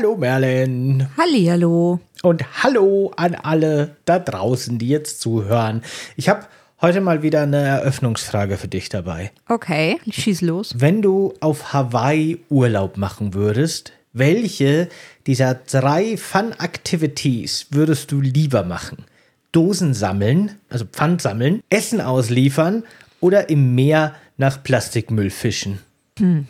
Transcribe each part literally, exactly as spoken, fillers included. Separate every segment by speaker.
Speaker 1: Hallo Merlin.
Speaker 2: Hallihallo.
Speaker 1: Und hallo an alle da draußen, die jetzt zuhören. Ich habe heute mal wieder eine Eröffnungsfrage für dich dabei.
Speaker 2: Okay, schieß los.
Speaker 1: Wenn du auf Hawaii Urlaub machen würdest, welche dieser drei Fun-Activities würdest du lieber machen? Dosen sammeln, also Pfand sammeln, Essen ausliefern oder im Meer nach Plastikmüll fischen?
Speaker 2: Hm.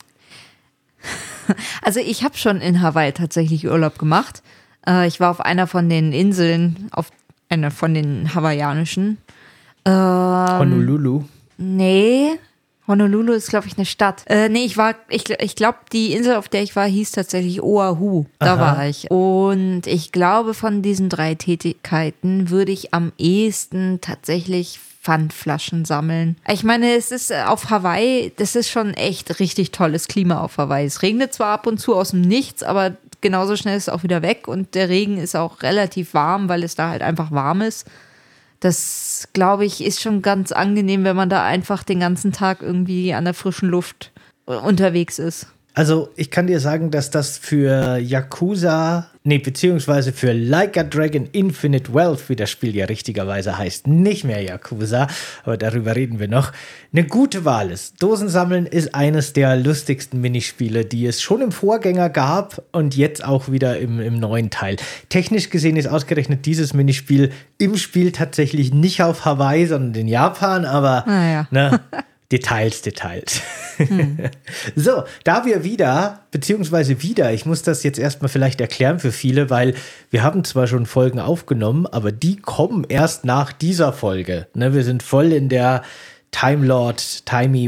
Speaker 2: Also ich habe schon in Hawaii tatsächlich Urlaub gemacht. Äh, ich war auf einer von den Inseln, auf einer von den hawaiianischen. Ähm,
Speaker 1: Honolulu?
Speaker 2: Nee, Honolulu ist, glaube ich, eine Stadt. Äh, nee, ich war, ich, ich glaube, die Insel, auf der ich war, hieß tatsächlich Oahu. Da
Speaker 1: Aha.
Speaker 2: war ich. Und ich glaube, von diesen drei Tätigkeiten würde ich am ehesten tatsächlich Pfandflaschen sammeln. Ich meine, es ist auf Hawaii, das ist schon echt richtig tolles Klima auf Hawaii. Es regnet zwar ab und zu aus dem Nichts, aber genauso schnell ist es auch wieder weg und der Regen ist auch relativ warm, weil es da halt einfach warm ist. Das, glaube ich, ist schon ganz angenehm, wenn man da einfach den ganzen Tag irgendwie an der frischen Luft unterwegs ist.
Speaker 1: Also ich kann dir sagen, dass das für Yakuza, nee, beziehungsweise für Like a Dragon Infinite Wealth, wie das Spiel ja richtigerweise heißt, nicht mehr Yakuza, aber darüber reden wir noch, eine gute Wahl ist. Dosensammeln ist eines der lustigsten Minispiele, die es schon im Vorgänger gab und jetzt auch wieder im, im neuen Teil. Technisch gesehen ist ausgerechnet dieses Minispiel im Spiel tatsächlich nicht auf Hawaii, sondern in Japan, aber
Speaker 2: naja.
Speaker 1: ne, Details, Details. Hm. So, da wir wieder, beziehungsweise wieder, ich muss das jetzt erstmal vielleicht erklären für viele, weil wir haben zwar schon Folgen aufgenommen, aber die kommen erst nach dieser Folge. Ne, wir sind voll in der Time Lord,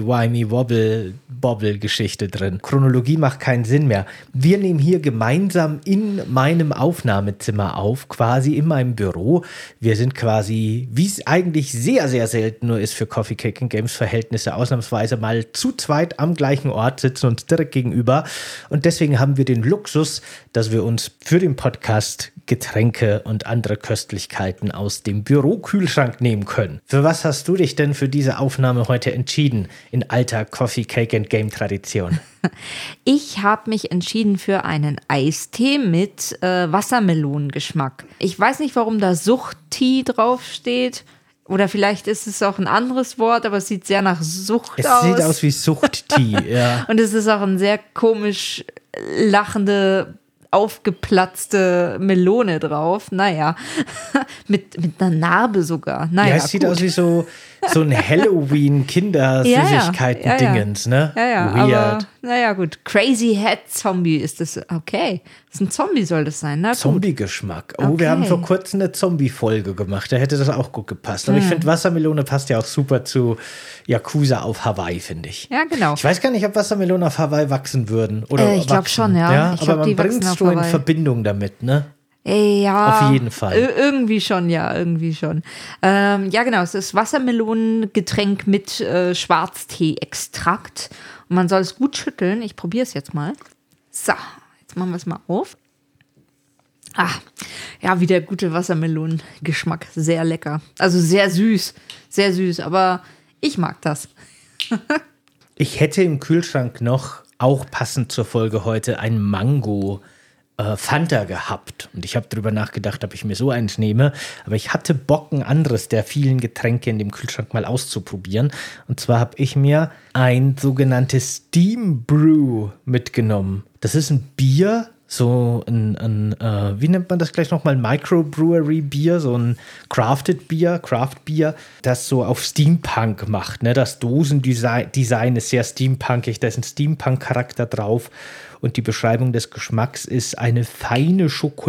Speaker 1: Timey-Wimey-Wobble-Bobble-Geschichte drin. Chronologie macht keinen Sinn mehr. Wir nehmen hier gemeinsam in meinem Aufnahmezimmer auf, quasi in meinem Büro. Wir sind quasi, wie es eigentlich sehr, sehr selten nur ist für Coffee, Cake and Games Verhältnisse, ausnahmsweise mal zu zweit am gleichen Ort, sitzen uns direkt gegenüber. Und deswegen haben wir den Luxus, dass wir uns für den Podcast Getränke und andere Köstlichkeiten aus dem Bürokühlschrank nehmen können. Für was hast du dich denn für diese Aufnahme heute entschieden, in alter Coffee, Cake and Game Tradition?
Speaker 2: Ich habe mich entschieden für einen Eistee mit äh, Wassermelonengeschmack. Ich weiß nicht, warum da Sucht-Tee draufsteht. Oder vielleicht ist es auch ein anderes Wort, aber es sieht sehr nach Sucht
Speaker 1: es
Speaker 2: aus.
Speaker 1: Es sieht aus wie Sucht-Tee, ja.
Speaker 2: Und es ist auch ein sehr komisch lachende, aufgeplatzte Melone drauf. Naja, mit, mit einer Narbe sogar. Naja,
Speaker 1: ja, es sieht
Speaker 2: gut.
Speaker 1: aus wie so, so ein Halloween-Kinder-Süßigkeiten-Dingens,
Speaker 2: ja, ja, ja.
Speaker 1: ne?
Speaker 2: Ja, ja,
Speaker 1: Weird.
Speaker 2: aber naja, gut. Crazy Head Zombie ist das. Okay, das ist ein Zombie, soll das sein, ne?
Speaker 1: Zombie-Geschmack. Oh,
Speaker 2: Okay.
Speaker 1: wir haben vor kurzem eine Zombie-Folge gemacht. Da hätte das auch gut gepasst. Aber hm. ich finde, Wassermelone passt ja auch super zu Yakuza auf Hawaii, finde ich.
Speaker 2: Ja, genau.
Speaker 1: Ich weiß gar nicht, ob Wassermelonen auf Hawaii wachsen würden. Oder
Speaker 2: äh, ich glaube schon, ja.
Speaker 1: ja?
Speaker 2: Ich
Speaker 1: aber
Speaker 2: glaub,
Speaker 1: man
Speaker 2: die
Speaker 1: bringt es so in Verbindung damit, ne?
Speaker 2: Ja,
Speaker 1: auf jeden Fall.
Speaker 2: Irgendwie schon, ja, irgendwie schon. Ähm, ja, genau, es ist Wassermelonengetränk mit äh, Schwarztee-Extrakt. Und man soll es gut schütteln. Ich probiere es jetzt mal. So, jetzt machen wir es mal auf. Ah, ja, wieder gute Wassermelonengeschmack. Sehr lecker. Also sehr süß, sehr süß, aber ich mag das.
Speaker 1: Ich hätte im Kühlschrank noch, auch passend zur Folge heute, ein Mango Äh, Fanta gehabt und ich habe darüber nachgedacht, ob ich mir so eins nehme, aber ich hatte Bock, ein anderes der vielen Getränke in dem Kühlschrank mal auszuprobieren und zwar habe ich mir ein sogenanntes Steam Brew mitgenommen. Das ist ein Bier, so ein, ein äh, wie nennt man das gleich nochmal, Microbrewery-Bier, so ein Crafted-Bier, Craft-Bier, das so auf Steampunk macht, ne? Das Dosendesign ist sehr steampunkig, da ist ein Steampunk-Charakter drauf. Und die Beschreibung des Geschmacks ist eine feine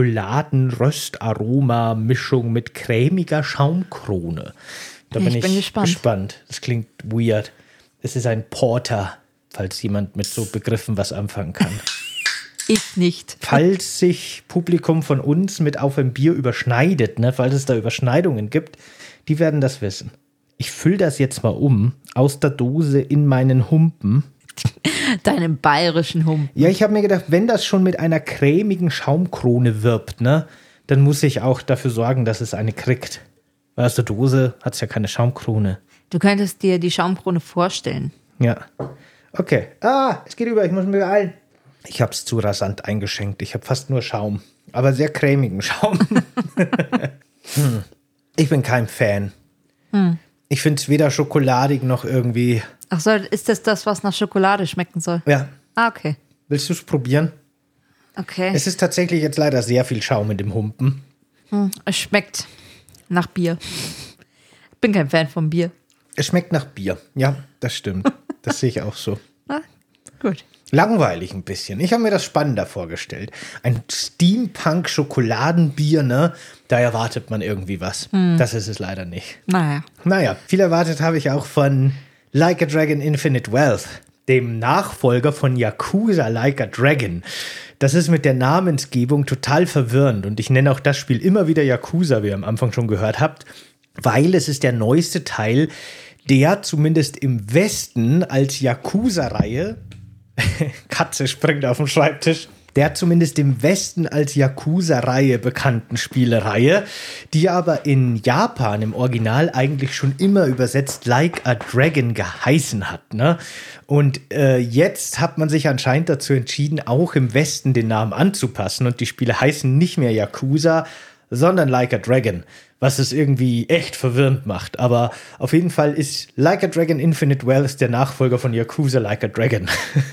Speaker 1: Schokoladen-Röstaroma-Mischung mit cremiger Schaumkrone. Da
Speaker 2: ich
Speaker 1: bin ich
Speaker 2: bin gespannt.
Speaker 1: gespannt. Das klingt weird. Es ist ein Porter, falls jemand mit so Begriffen was anfangen kann.
Speaker 2: Ich nicht.
Speaker 1: Falls sich Publikum von uns mit auf ein Bier überschneidet, ne, falls es da Überschneidungen gibt, die werden das wissen. Ich fülle das jetzt mal um, aus der Dose in meinen Humpen.
Speaker 2: Deinem bayerischen Humpen.
Speaker 1: Ja, ich habe mir gedacht, wenn das schon mit einer cremigen Schaumkrone wirbt, ne, dann muss ich auch dafür sorgen, dass es eine kriegt. Weil aus der Dose hat es ja keine Schaumkrone.
Speaker 2: Du könntest dir die Schaumkrone vorstellen.
Speaker 1: Ja. Okay. Ah, es geht über, ich muss mich beeilen. Ich habe es zu rasant eingeschenkt. Ich habe fast nur Schaum, aber sehr cremigen Schaum. hm. Ich bin kein Fan. Hm. Ich finde es weder schokoladig noch irgendwie...
Speaker 2: Ach so, ist das das, was nach Schokolade schmecken soll?
Speaker 1: Ja.
Speaker 2: Ah, okay.
Speaker 1: Willst du es probieren?
Speaker 2: Okay.
Speaker 1: Es ist tatsächlich jetzt leider sehr viel Schaum in dem Humpen.
Speaker 2: Hm. Es schmeckt nach Bier. Ich bin kein Fan von Bier.
Speaker 1: Es schmeckt nach Bier. Ja, das stimmt. Das sehe ich auch so.
Speaker 2: Ah, gut.
Speaker 1: Langweilig ein bisschen. Ich habe mir das spannender vorgestellt. Ein Steampunk-Schokoladenbier, ne? Da erwartet man irgendwie was. Hm. Das ist es leider nicht.
Speaker 2: Naja.
Speaker 1: Naja, viel erwartet habe ich auch von Like a Dragon Infinite Wealth, dem Nachfolger von Yakuza Like a Dragon. Das ist mit der Namensgebung total verwirrend und ich nenne auch das Spiel immer wieder Yakuza, wie ihr am Anfang schon gehört habt, weil es ist der neueste Teil, der zumindest im Westen als Yakuza-Reihe Katze springt auf den Schreibtisch. Der zumindest im Westen als Yakuza-Reihe bekannten Spielereihe, die aber in Japan im Original eigentlich schon immer übersetzt Like a Dragon geheißen hat. Ne? Und äh, jetzt hat man sich anscheinend dazu entschieden, auch im Westen den Namen anzupassen. Und die Spiele heißen nicht mehr Yakuza, sondern Like a Dragon. Was es irgendwie echt verwirrend macht. Aber auf jeden Fall ist Like a Dragon Infinite Wealth der Nachfolger von Yakuza Like a Dragon.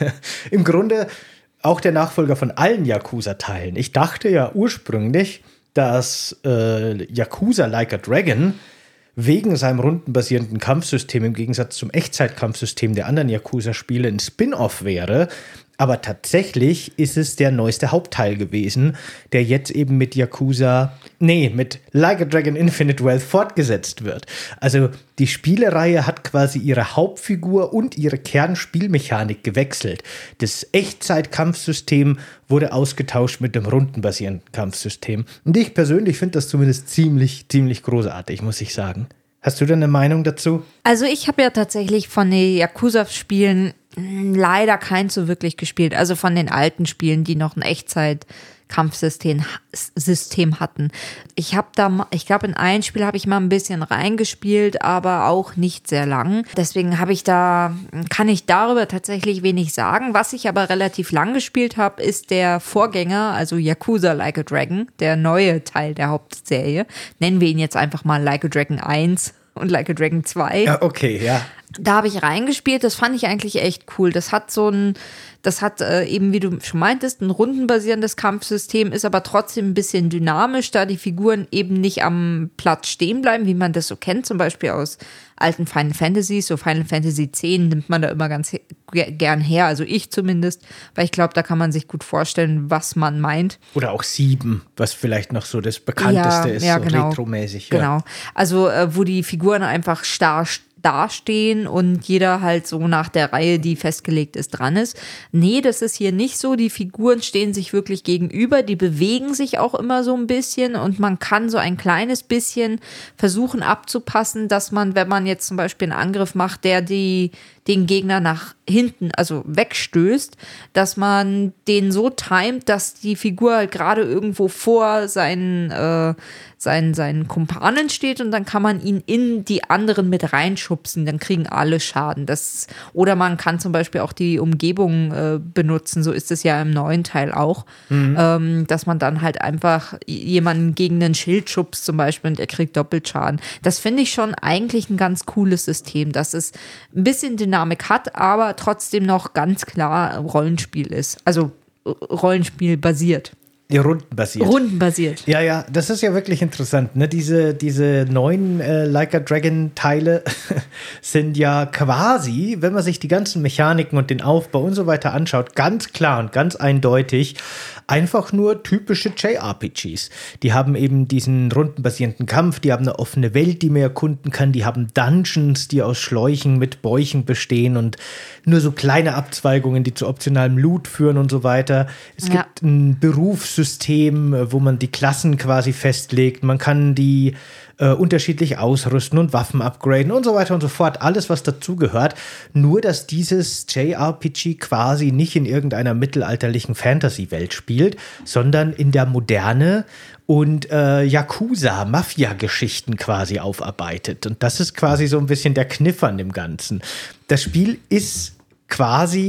Speaker 1: Im Grunde auch der Nachfolger von allen Yakuza-Teilen. Ich dachte ja ursprünglich, dass äh, Yakuza Like a Dragon wegen seinem rundenbasierenden Kampfsystem im Gegensatz zum Echtzeitkampfsystem der anderen Yakuza-Spiele ein Spin-off wäre. Aber tatsächlich ist es der neueste Hauptteil gewesen, der jetzt eben mit Yakuza, nee, mit Like a Dragon Infinite Wealth fortgesetzt wird. Also die Spielereihe hat quasi ihre Hauptfigur und ihre Kernspielmechanik gewechselt. Das Echtzeitkampfsystem wurde ausgetauscht mit dem rundenbasierenden Kampfsystem. Und ich persönlich finde das zumindest ziemlich, ziemlich großartig, muss ich sagen. Hast du denn eine Meinung dazu?
Speaker 2: Also ich habe ja tatsächlich von den Yakuza-Spielen leider keins so wirklich gespielt. Also von den alten Spielen, die noch ein Echtzeit-Kampfsystem System hatten. Ich habe da, ich glaube, in ein Spiel habe ich mal ein bisschen reingespielt, aber auch nicht sehr lang. Deswegen habe ich da, kann ich darüber tatsächlich wenig sagen. Was ich aber relativ lang gespielt habe, ist der Vorgänger, also Yakuza Like a Dragon, der neue Teil der Hauptserie. Nennen wir ihn jetzt einfach mal Like a Dragon eins und Like a Dragon zwei.
Speaker 1: Ja, okay, ja.
Speaker 2: Da habe ich reingespielt, das fand ich eigentlich echt cool. Das hat so ein, das hat äh, eben, wie du schon meintest, ein rundenbasierendes Kampfsystem, ist aber trotzdem ein bisschen dynamisch, da die Figuren eben nicht am Platz stehen bleiben, wie man das so kennt, zum Beispiel aus alten Final Fantasies. So Final Fantasy X nimmt man da immer ganz he- gern her, also ich zumindest, weil ich glaube, da kann man sich gut vorstellen, was man meint.
Speaker 1: Oder auch sieben, was vielleicht noch so das bekannteste
Speaker 2: ja,
Speaker 1: ist,
Speaker 2: ja,
Speaker 1: so
Speaker 2: genau,
Speaker 1: retromäßig. Ja.
Speaker 2: Genau, also äh, wo die Figuren einfach starr dastehen und jeder halt so nach der Reihe, die festgelegt ist, dran ist. Nee, das ist hier nicht so. Die Figuren stehen sich wirklich gegenüber, die bewegen sich auch immer so ein bisschen und man kann so ein kleines bisschen versuchen abzupassen, dass man, wenn man jetzt zum Beispiel einen Angriff macht, der die den Gegner nach hinten, also wegstößt, dass man den so timet, dass die Figur halt gerade irgendwo vor seinen, äh, seinen, seinen Kumpanen steht und dann kann man ihn in die anderen mit reinschubsen, dann kriegen alle Schaden. Das, oder man kann zum Beispiel auch die Umgebung äh, benutzen, so ist es ja im neuen Teil auch, mhm. ähm, dass man dann halt einfach jemanden gegen ein Schild schubst zum Beispiel und er kriegt doppelt Schaden. Das finde ich schon eigentlich ein ganz cooles System, dass es ein bisschen Dynamik hat, aber trotzdem noch ganz klar Rollenspiel ist. Also Rollenspiel basiert.
Speaker 1: Ja, rundenbasiert.
Speaker 2: Rundenbasiert.
Speaker 1: Ja, ja, das ist ja wirklich interessant. Ne? Diese, diese neuen äh, Like a Dragon-Teile sind ja quasi, wenn man sich die ganzen Mechaniken und den Aufbau und so weiter anschaut, ganz klar und ganz eindeutig einfach nur typische J R P Gs. Die haben eben diesen rundenbasierenden Kampf, die haben eine offene Welt, die man erkunden kann, die haben Dungeons, die aus Schläuchen mit Bäuchen bestehen und nur so kleine Abzweigungen, die zu optionalem Loot führen und so weiter. Es
Speaker 2: ja.
Speaker 1: gibt ein Berufssystem, wo man die Klassen quasi festlegt. Man kann die äh, unterschiedlich ausrüsten und Waffen upgraden und so weiter und so fort. Alles, was dazugehört. Nur, dass dieses J R P G quasi nicht in irgendeiner mittelalterlichen Fantasy-Welt spielt, sondern in der Moderne und äh, Yakuza, Mafia-Geschichten quasi aufarbeitet. Und das ist quasi so ein bisschen der Kniff an dem Ganzen. Das Spiel ist quasi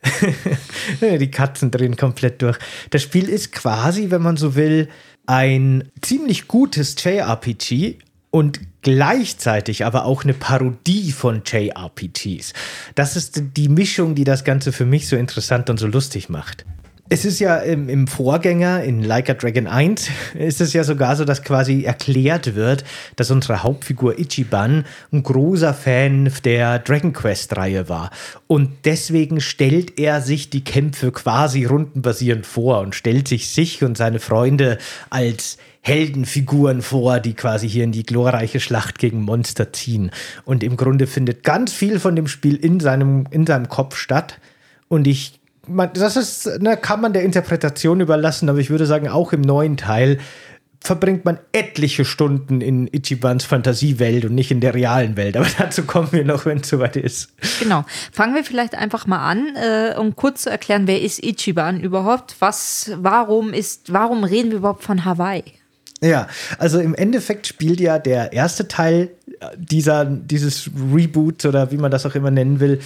Speaker 1: Die Katzen drehen komplett durch. Das Spiel ist quasi, wenn man so will, ein ziemlich gutes J R P G und gleichzeitig aber auch eine Parodie von J R P Gs. Das ist die Mischung, die das Ganze für mich so interessant und so lustig macht. Es ist ja im, im Vorgänger, in Like a Dragon eins, ist es ja sogar so, dass quasi erklärt wird, dass unsere Hauptfigur Ichiban ein großer Fan der Dragon Quest-Reihe war. Und deswegen stellt er sich die Kämpfe quasi rundenbasierend vor und stellt sich sich und seine Freunde als Heldenfiguren vor, die quasi hier in die glorreiche Schlacht gegen Monster ziehen. Und im Grunde findet ganz viel von dem Spiel in seinem, in seinem Kopf statt. Und ich Man, das ist, ne, kann man der Interpretation überlassen, aber ich würde sagen, auch im neuen Teil verbringt man etliche Stunden in Ichibans Fantasiewelt und nicht in der realen Welt. Aber dazu kommen wir noch, wenn es soweit ist.
Speaker 2: Genau. Fangen wir vielleicht einfach mal an, äh, um kurz zu erklären, wer ist Ichiban überhaupt? Was, warum ist, warum reden wir überhaupt von Hawaii?
Speaker 1: Ja, also im Endeffekt spielt ja der erste Teil dieser, dieses Reboot oder wie man das auch immer nennen will,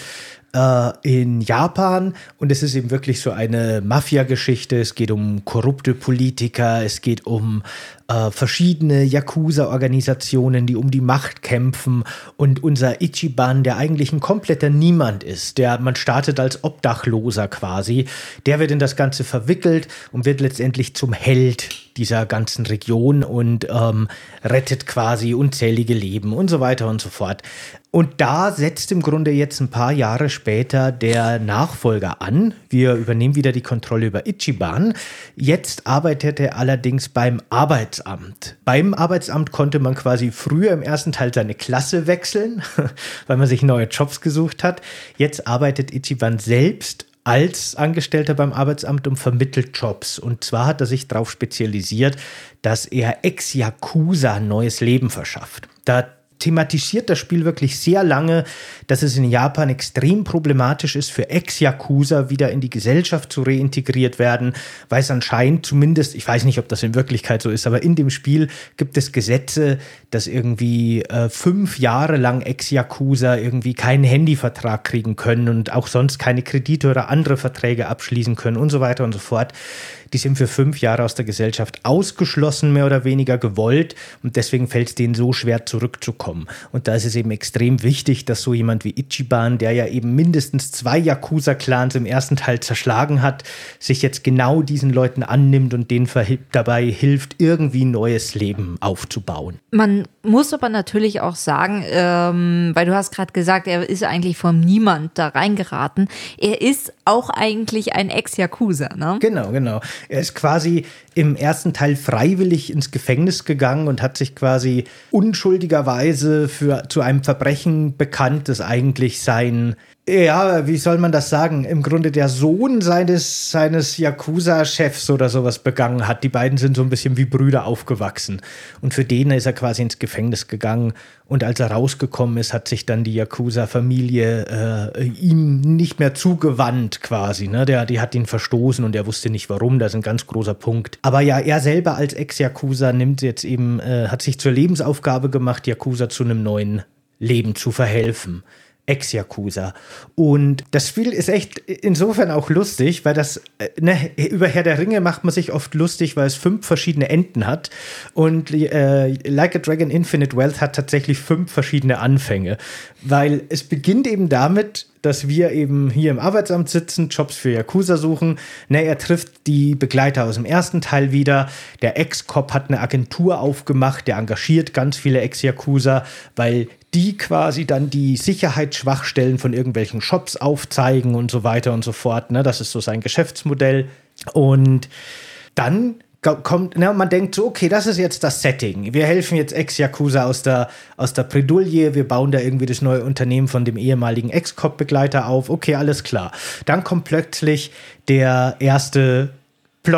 Speaker 1: in Japan, und es ist eben wirklich so eine Mafia-Geschichte. Es geht um korrupte Politiker, es geht um äh, verschiedene Yakuza-Organisationen, die um die Macht kämpfen, und unser Ichiban, der eigentlich ein kompletter Niemand ist, der man startet als Obdachloser quasi, der wird in das Ganze verwickelt und wird letztendlich zum Held dieser ganzen Region und ähm, rettet quasi unzählige Leben und so weiter und so fort. Und da setzt im Grunde jetzt ein paar Jahre später der Nachfolger an. Wir übernehmen wieder die Kontrolle über Ichiban. Jetzt arbeitet er allerdings beim Arbeitsamt. Beim Arbeitsamt konnte man quasi früher im ersten Teil seine Klasse wechseln, weil man sich neue Jobs gesucht hat. Jetzt arbeitet Ichiban selbst als Angestellter beim Arbeitsamt und vermittelt Jobs. Und zwar hat er sich darauf spezialisiert, dass er Ex-Yakuza ein neues Leben verschafft. Da thematisiert das Spiel wirklich sehr lange, dass es in Japan extrem problematisch ist, für Ex-Yakuza wieder in die Gesellschaft zu reintegriert werden, weil es anscheinend zumindest, ich weiß nicht, ob das in Wirklichkeit so ist, aber in dem Spiel gibt es Gesetze, dass irgendwie äh, fünf Jahre lang Ex-Yakuza irgendwie keinen Handyvertrag kriegen können und auch sonst keine Kredite oder andere Verträge abschließen können und so weiter und so fort. Die sind für fünf Jahre aus der Gesellschaft ausgeschlossen, mehr oder weniger gewollt, und deswegen fällt es denen so schwer, zurückzukommen. Und da ist es eben extrem wichtig, dass so jemand wie Ichiban, der ja eben mindestens zwei Yakuza-Clans im ersten Teil zerschlagen hat, sich jetzt genau diesen Leuten annimmt und denen dabei hilft, irgendwie ein neues Leben aufzubauen.
Speaker 2: Man muss aber natürlich auch sagen, ähm, weil du hast gerade gesagt, er ist eigentlich vom Niemand da reingeraten. Er ist auch eigentlich ein Ex-Yakuza, ne?
Speaker 1: Genau, genau. Er ist quasi im ersten Teil freiwillig ins Gefängnis gegangen und hat sich quasi unschuldigerweise für, zu einem Verbrechen bekannt, das eigentlich sein, ja, wie soll man das sagen, im Grunde der Sohn seines, seines Yakuza-Chefs oder sowas begangen hat. Die beiden sind so ein bisschen wie Brüder aufgewachsen. Und für den ist er quasi ins Gefängnis gegangen. Und als er rausgekommen ist, hat sich dann die Yakuza-Familie äh, ihm nicht mehr zugewandt quasi. Ne? Der, die hat ihn verstoßen und er wusste nicht warum. Das ist ein ganz großer Punkt. Aber ja, er selber als Ex-Yakuza nimmt jetzt eben, äh, hat sich zur Lebensaufgabe gemacht, Yakuza zu einem neuen Leben zu verhelfen. Ex-Yakuza. Und das Spiel ist echt insofern auch lustig, weil das, ne, über Herr der Ringe macht man sich oft lustig, weil es fünf verschiedene Enden hat. Und äh, Like a Dragon Infinite Wealth hat tatsächlich fünf verschiedene Anfänge. Weil es beginnt eben damit, dass wir eben hier im Arbeitsamt sitzen, Jobs für Yakuza suchen. Ne, er trifft die Begleiter aus dem ersten Teil wieder. Der Ex-Cop hat eine Agentur aufgemacht, der engagiert ganz viele Ex-Yakuza, weil die quasi dann die Sicherheitsschwachstellen von irgendwelchen Shops aufzeigen und so weiter und so fort. Ne? Das ist so sein Geschäftsmodell. Und dann kommt, ne, man denkt so, okay, das ist jetzt das Setting. Wir helfen jetzt Ex-Yakuza aus der, aus der Bredouille, wir bauen da irgendwie das neue Unternehmen von dem ehemaligen Ex-Cop-Begleiter auf. Okay, alles klar. Dann kommt plötzlich der erste Plot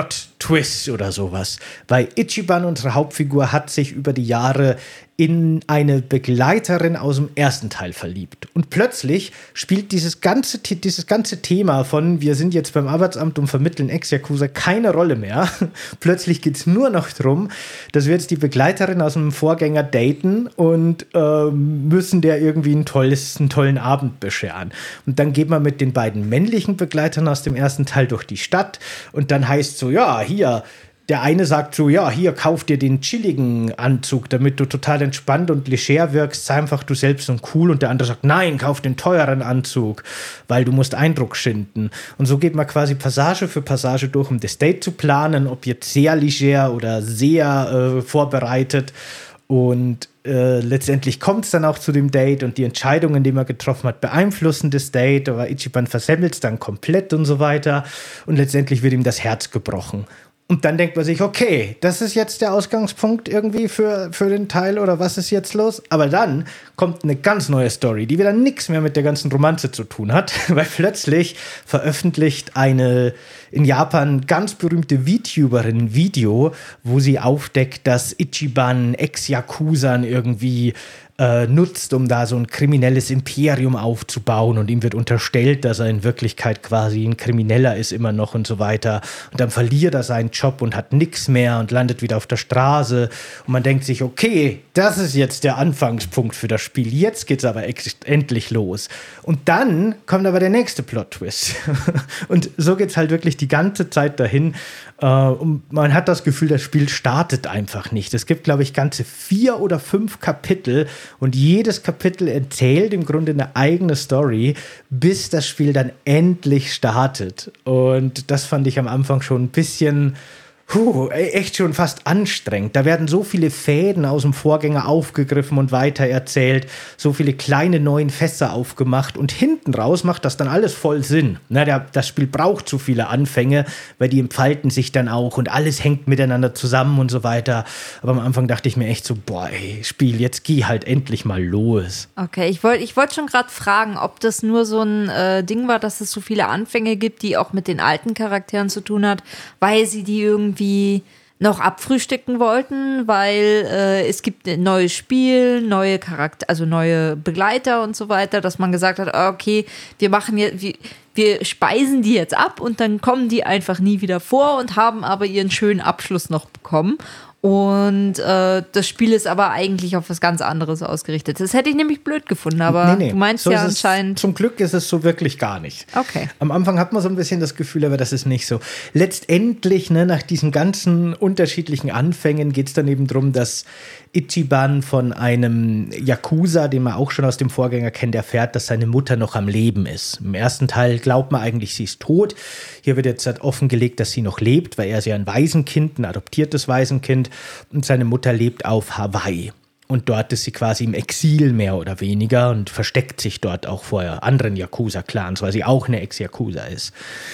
Speaker 1: Twist oder sowas. Weil Ichiban, unsere Hauptfigur, hat sich über die Jahre in eine Begleiterin aus dem ersten Teil verliebt. Und plötzlich spielt dieses ganze, dieses ganze Thema von wir sind jetzt beim Arbeitsamt und vermitteln Ex-Yakuza keine Rolle mehr. Plötzlich geht es nur noch darum, dass wir jetzt die Begleiterin aus dem Vorgänger daten und ähm, müssen der irgendwie ein tolles, einen tollen Abend bescheren. Und dann geht man mit den beiden männlichen Begleitern aus dem ersten Teil durch die Stadt und dann heißt so, ja, hier, der eine sagt so, ja, hier, kauf dir den chilligen Anzug, damit du total entspannt und leger wirkst, sei einfach du selbst und cool. Und der andere sagt, nein, kauf den teuren Anzug, weil du musst Eindruck schinden. Und so geht man quasi Passage für Passage durch, um das Date zu planen, ob jetzt sehr leger oder sehr äh, vorbereitet. Und äh, letztendlich kommt es dann auch zu dem Date und die Entscheidungen, die man getroffen hat, beeinflussen das Date, aber Ichiban versemmelt es dann komplett und so weiter. Und letztendlich wird ihm das Herz gebrochen. Und dann denkt man sich, okay, das ist jetzt der Ausgangspunkt irgendwie für, für den Teil oder was ist jetzt los? Aber dann kommt eine ganz neue Story, die wieder nichts mehr mit der ganzen Romanze zu tun hat, weil plötzlich veröffentlicht eine in Japan ganz berühmte VTuberin ein Video, wo sie aufdeckt, dass Ichiban Ex-Yakuzan irgendwie äh, nutzt, um da so ein kriminelles Imperium aufzubauen und ihm wird unterstellt, dass er in Wirklichkeit quasi ein Krimineller ist immer noch und so weiter und dann verliert er seinen Job und hat nichts mehr und landet wieder auf der Straße und man denkt sich, okay, das ist jetzt der Anfangspunkt für das Spiel, jetzt geht's aber ex- endlich los und dann kommt aber der nächste Plot-Twist und so geht's halt wirklich die ganze Zeit dahin äh, und man hat das Gefühl, das Spiel startet einfach nicht. Es gibt, glaube ich, ganze vier oder fünf Kapitel und jedes Kapitel erzählt im Grunde eine eigene Story, bis das Spiel dann endlich startet. Und das fand ich am Anfang schon ein bisschen, puh, echt schon fast anstrengend. Da werden so viele Fäden aus dem Vorgänger aufgegriffen und weitererzählt, so viele kleine neuen Fässer aufgemacht und hinten raus macht das dann alles voll Sinn. Na, der, das Spiel braucht zu viele Anfänge, weil die entfalten sich dann auch und alles hängt miteinander zusammen und so weiter. Aber am Anfang dachte ich mir echt so, boah, ey, Spiel, jetzt geh halt endlich mal los.
Speaker 2: Okay, ich wollte ich wollt schon gerade fragen, ob das nur so ein äh, Ding war, dass es so viele Anfänge gibt, die auch mit den alten Charakteren zu tun hat, weil sie die irgendwie irgendwie noch abfrühstücken wollten, weil äh, es gibt ein neues Spiel, neue Charakter, also neue Begleiter und so weiter, dass man gesagt hat, okay, wir machen jetzt, wir, wir speisen die jetzt ab und dann kommen die einfach nie wieder vor und haben aber ihren schönen Abschluss noch bekommen. Und äh, das Spiel ist aber eigentlich auf was ganz anderes ausgerichtet. Das hätte ich nämlich blöd gefunden, aber nee, nee. Du meinst so ja anscheinend...
Speaker 1: Es, zum Glück ist es so wirklich gar nicht.
Speaker 2: Okay.
Speaker 1: Am Anfang hat man so ein bisschen das Gefühl, aber das ist nicht so. Letztendlich, ne, nach diesen ganzen unterschiedlichen Anfängen geht es dann eben darum, dass Ichiban von einem Yakuza, den man auch schon aus dem Vorgänger kennt, erfährt, dass seine Mutter noch am Leben ist. Im ersten Teil glaubt man eigentlich, sie ist tot. Hier wird jetzt halt offengelegt, dass sie noch lebt, weil er ist ja ein Waisenkind, ein adoptiertes Waisenkind. Und seine Mutter lebt auf Hawaii. Und dort ist sie quasi im Exil mehr oder weniger und versteckt sich dort auch vor anderen Yakuza-Clans, weil sie auch eine Ex-Yakuza ist.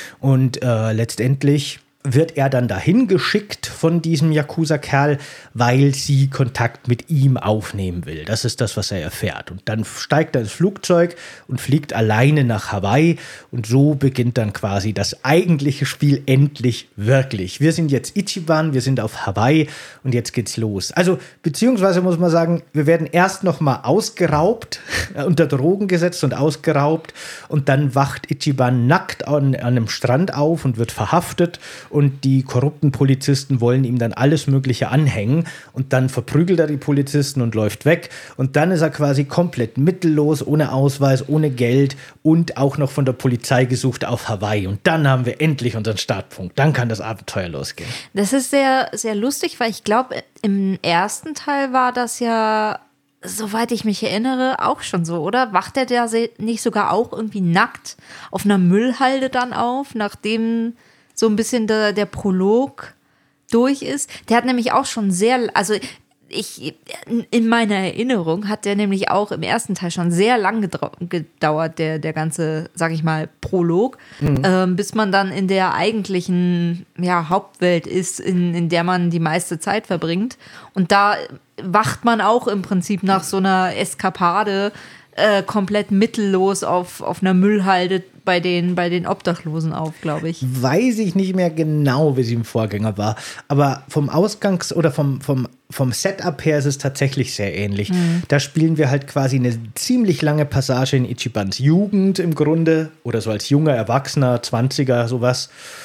Speaker 1: Und äh, letztendlich wird er dann dahin geschickt von diesem Yakuza-Kerl, weil sie Kontakt mit ihm aufnehmen will. Das ist das, was er erfährt. Und dann steigt er ins Flugzeug und fliegt alleine nach Hawaii. Und so beginnt dann quasi das eigentliche Spiel endlich wirklich. Wir sind jetzt Ichiban, wir sind auf Hawaii und jetzt geht's los. Also, beziehungsweise muss man sagen, wir werden erst noch mal ausgeraubt, äh, unter Drogen gesetzt und ausgeraubt. Und dann wacht Ichiban nackt an, an einem Strand auf und wird verhaftet. Und die korrupten Polizisten wollen ihm dann alles Mögliche anhängen und dann verprügelt er die Polizisten und läuft weg und dann ist er quasi komplett mittellos, ohne Ausweis, ohne Geld und auch noch von der Polizei gesucht auf Hawaii und dann haben wir endlich unseren Startpunkt, dann kann das Abenteuer losgehen.
Speaker 2: Das ist sehr, sehr lustig, weil ich glaube, im ersten Teil war das ja, soweit ich mich erinnere, auch schon so, oder? Wacht er da nicht sogar auch irgendwie nackt auf einer Müllhalde dann auf, nachdem so ein bisschen der, der Prolog durch ist. Der hat nämlich auch schon sehr, also ich, in meiner Erinnerung hat der nämlich auch im ersten Teil schon sehr lang gedauert, der, der ganze, sag ich mal, Prolog, mhm. ähm, bis man dann in der eigentlichen ja, Hauptwelt ist, in, in der man die meiste Zeit verbringt. Und da wacht man auch im Prinzip nach so einer Eskapade äh, komplett mittellos auf, auf einer Müllhalde bei den, bei den Obdachlosen auf, glaube ich.
Speaker 1: Weiß ich nicht mehr genau, wie sie im Vorgänger war. Aber vom Ausgangs- oder vom, vom, vom Setup her ist es tatsächlich sehr ähnlich. Mhm. Da spielen wir halt quasi eine ziemlich lange Passage in Ichibans Jugend im Grunde. Oder so als junger Erwachsener, zwanziger, sowas.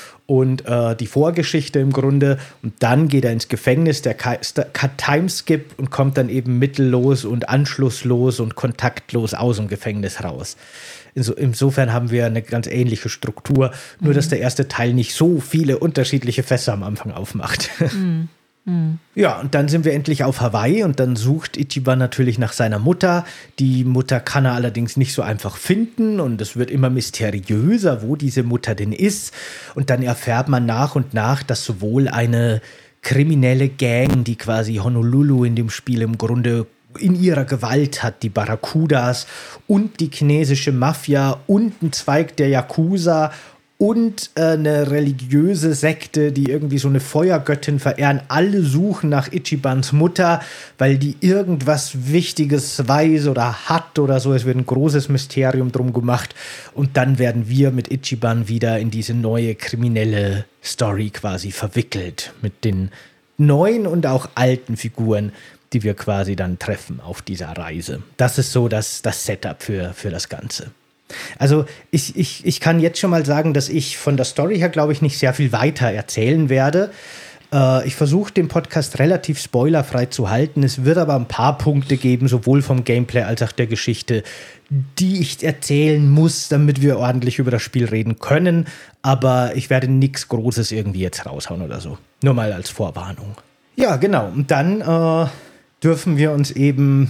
Speaker 1: Und äh, die Vorgeschichte im Grunde. Und dann geht er ins Gefängnis, der Timeskip, und kommt dann eben mittellos und anschlusslos und kontaktlos aus dem Gefängnis raus. Inso, insofern haben wir eine ganz ähnliche Struktur, nur mhm. dass der erste Teil nicht so viele unterschiedliche Fässer am Anfang aufmacht. Mhm. Mhm. Ja, und dann sind wir endlich auf Hawaii und dann sucht Ichiban natürlich nach seiner Mutter. Die Mutter kann er allerdings nicht so einfach finden und es wird immer mysteriöser, wo diese Mutter denn ist. Und dann erfährt man nach und nach, dass sowohl eine kriminelle Gang, die quasi Honolulu in dem Spiel im Grunde in ihrer Gewalt hat, die Barracudas, und die chinesische Mafia und ein Zweig der Yakuza und äh, eine religiöse Sekte, die irgendwie so eine Feuergöttin verehren. Alle suchen nach Ichibans Mutter, weil die irgendwas Wichtiges weiß oder hat oder so. Es wird ein großes Mysterium drum gemacht. Und dann werden wir mit Ichiban wieder in diese neue kriminelle Story quasi verwickelt. Mit den neuen und auch alten Figuren, die wir quasi dann treffen auf dieser Reise. Das ist so das, das Setup für, für das Ganze. Also ich, ich, ich kann jetzt schon mal sagen, dass ich von der Story her, glaube ich, nicht sehr viel weiter erzählen werde. Äh, ich versuche, den Podcast relativ spoilerfrei zu halten. Es wird aber ein paar Punkte geben, sowohl vom Gameplay als auch der Geschichte, die ich erzählen muss, damit wir ordentlich über das Spiel reden können. Aber ich werde nichts Großes irgendwie jetzt raushauen oder so. Nur mal als Vorwarnung. Ja, genau. Und dann äh, dürfen wir uns eben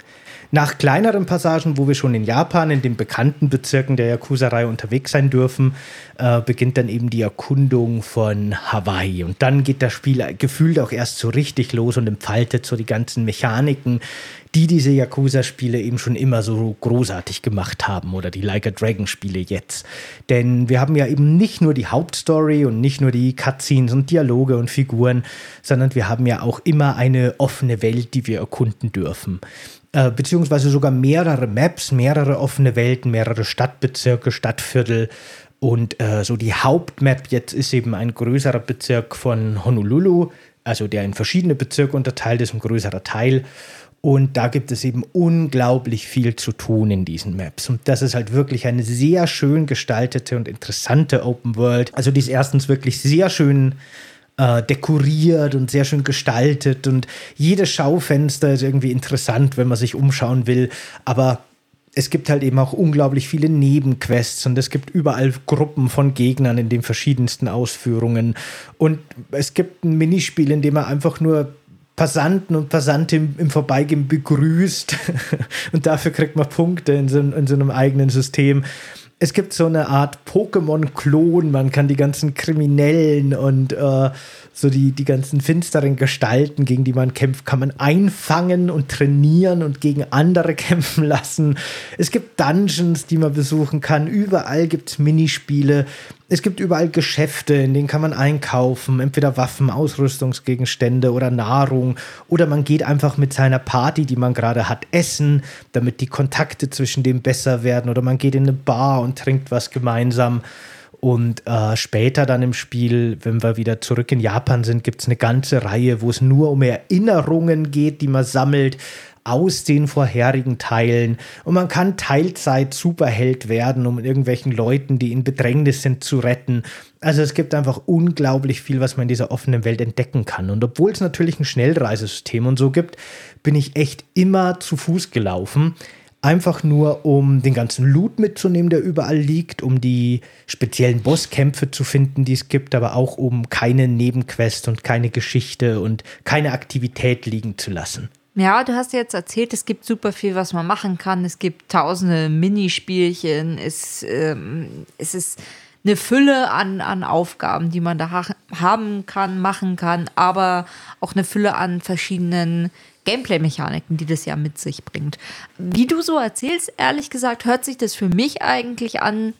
Speaker 1: nach kleineren Passagen, wo wir schon in Japan, in den bekannten Bezirken der Yakuza-Reihe unterwegs sein dürfen, äh, beginnt dann eben die Erkundung von Hawaii. Und dann geht das Spiel gefühlt auch erst so richtig los und entfaltet so die ganzen Mechaniken, die diese Yakuza-Spiele eben schon immer so großartig gemacht haben, oder die Like a Dragon-Spiele jetzt. Denn wir haben ja eben nicht nur die Hauptstory und nicht nur die Cutscenes und Dialoge und Figuren, sondern wir haben ja auch immer eine offene Welt, die wir erkunden dürfen. Äh, beziehungsweise sogar mehrere Maps, mehrere offene Welten, mehrere Stadtbezirke, Stadtviertel. Und äh, so die Hauptmap jetzt ist eben ein größerer Bezirk von Honolulu, also der in verschiedene Bezirke unterteilt ist, ein größerer Teil. Und da gibt es eben unglaublich viel zu tun in diesen Maps. Und das ist halt wirklich eine sehr schön gestaltete und interessante Open World. Also die ist erstens wirklich sehr schön äh, dekoriert und sehr schön gestaltet. Und jedes Schaufenster ist irgendwie interessant, wenn man sich umschauen will. Aber es gibt halt eben auch unglaublich viele Nebenquests und es gibt überall Gruppen von Gegnern in den verschiedensten Ausführungen. Und es gibt ein Minispiel, in dem man einfach nur Passanten und Passanten im Vorbeigehen begrüßt und dafür kriegt man Punkte in so, in so einem eigenen System. Es gibt so eine Art Pokémon-Klon, man kann die ganzen Kriminellen und äh, so die, die ganzen finsteren Gestalten, gegen die man kämpft, kann man einfangen und trainieren und gegen andere kämpfen lassen. Es gibt Dungeons, die man besuchen kann, überall gibt es Minispiele. Es gibt überall Geschäfte, in denen kann man einkaufen, entweder Waffen, Ausrüstungsgegenstände oder Nahrung. Oder man geht einfach mit seiner Party, die man gerade hat, essen, damit die Kontakte zwischen denen besser werden. Oder man geht in eine Bar und trinkt was gemeinsam. Und äh, später dann im Spiel, wenn wir wieder zurück in Japan sind, gibt es eine ganze Reihe, wo es nur um Erinnerungen geht, die man sammelt aus den vorherigen Teilen. Und man kann Teilzeit-Superheld werden, um irgendwelchen Leuten, die in Bedrängnis sind, zu retten. Also es gibt einfach unglaublich viel, was man in dieser offenen Welt entdecken kann. Und obwohl es natürlich ein Schnellreisesystem und so gibt, bin ich echt immer zu Fuß gelaufen. Einfach nur, um den ganzen Loot mitzunehmen, der überall liegt, um die speziellen Bosskämpfe zu finden, die es gibt, aber auch um keine Nebenquest und keine Geschichte und keine Aktivität liegen zu lassen.
Speaker 2: Ja, du hast jetzt erzählt, es gibt super viel, was man machen kann. Es gibt tausende Minispielchen. Es, ähm, es ist eine Fülle an, an Aufgaben, die man da ha- haben kann, machen kann, aber auch eine Fülle an verschiedenen Gameplay-Mechaniken, die das ja mit sich bringt. Wie du so erzählst, ehrlich gesagt, hört sich das für mich eigentlich an,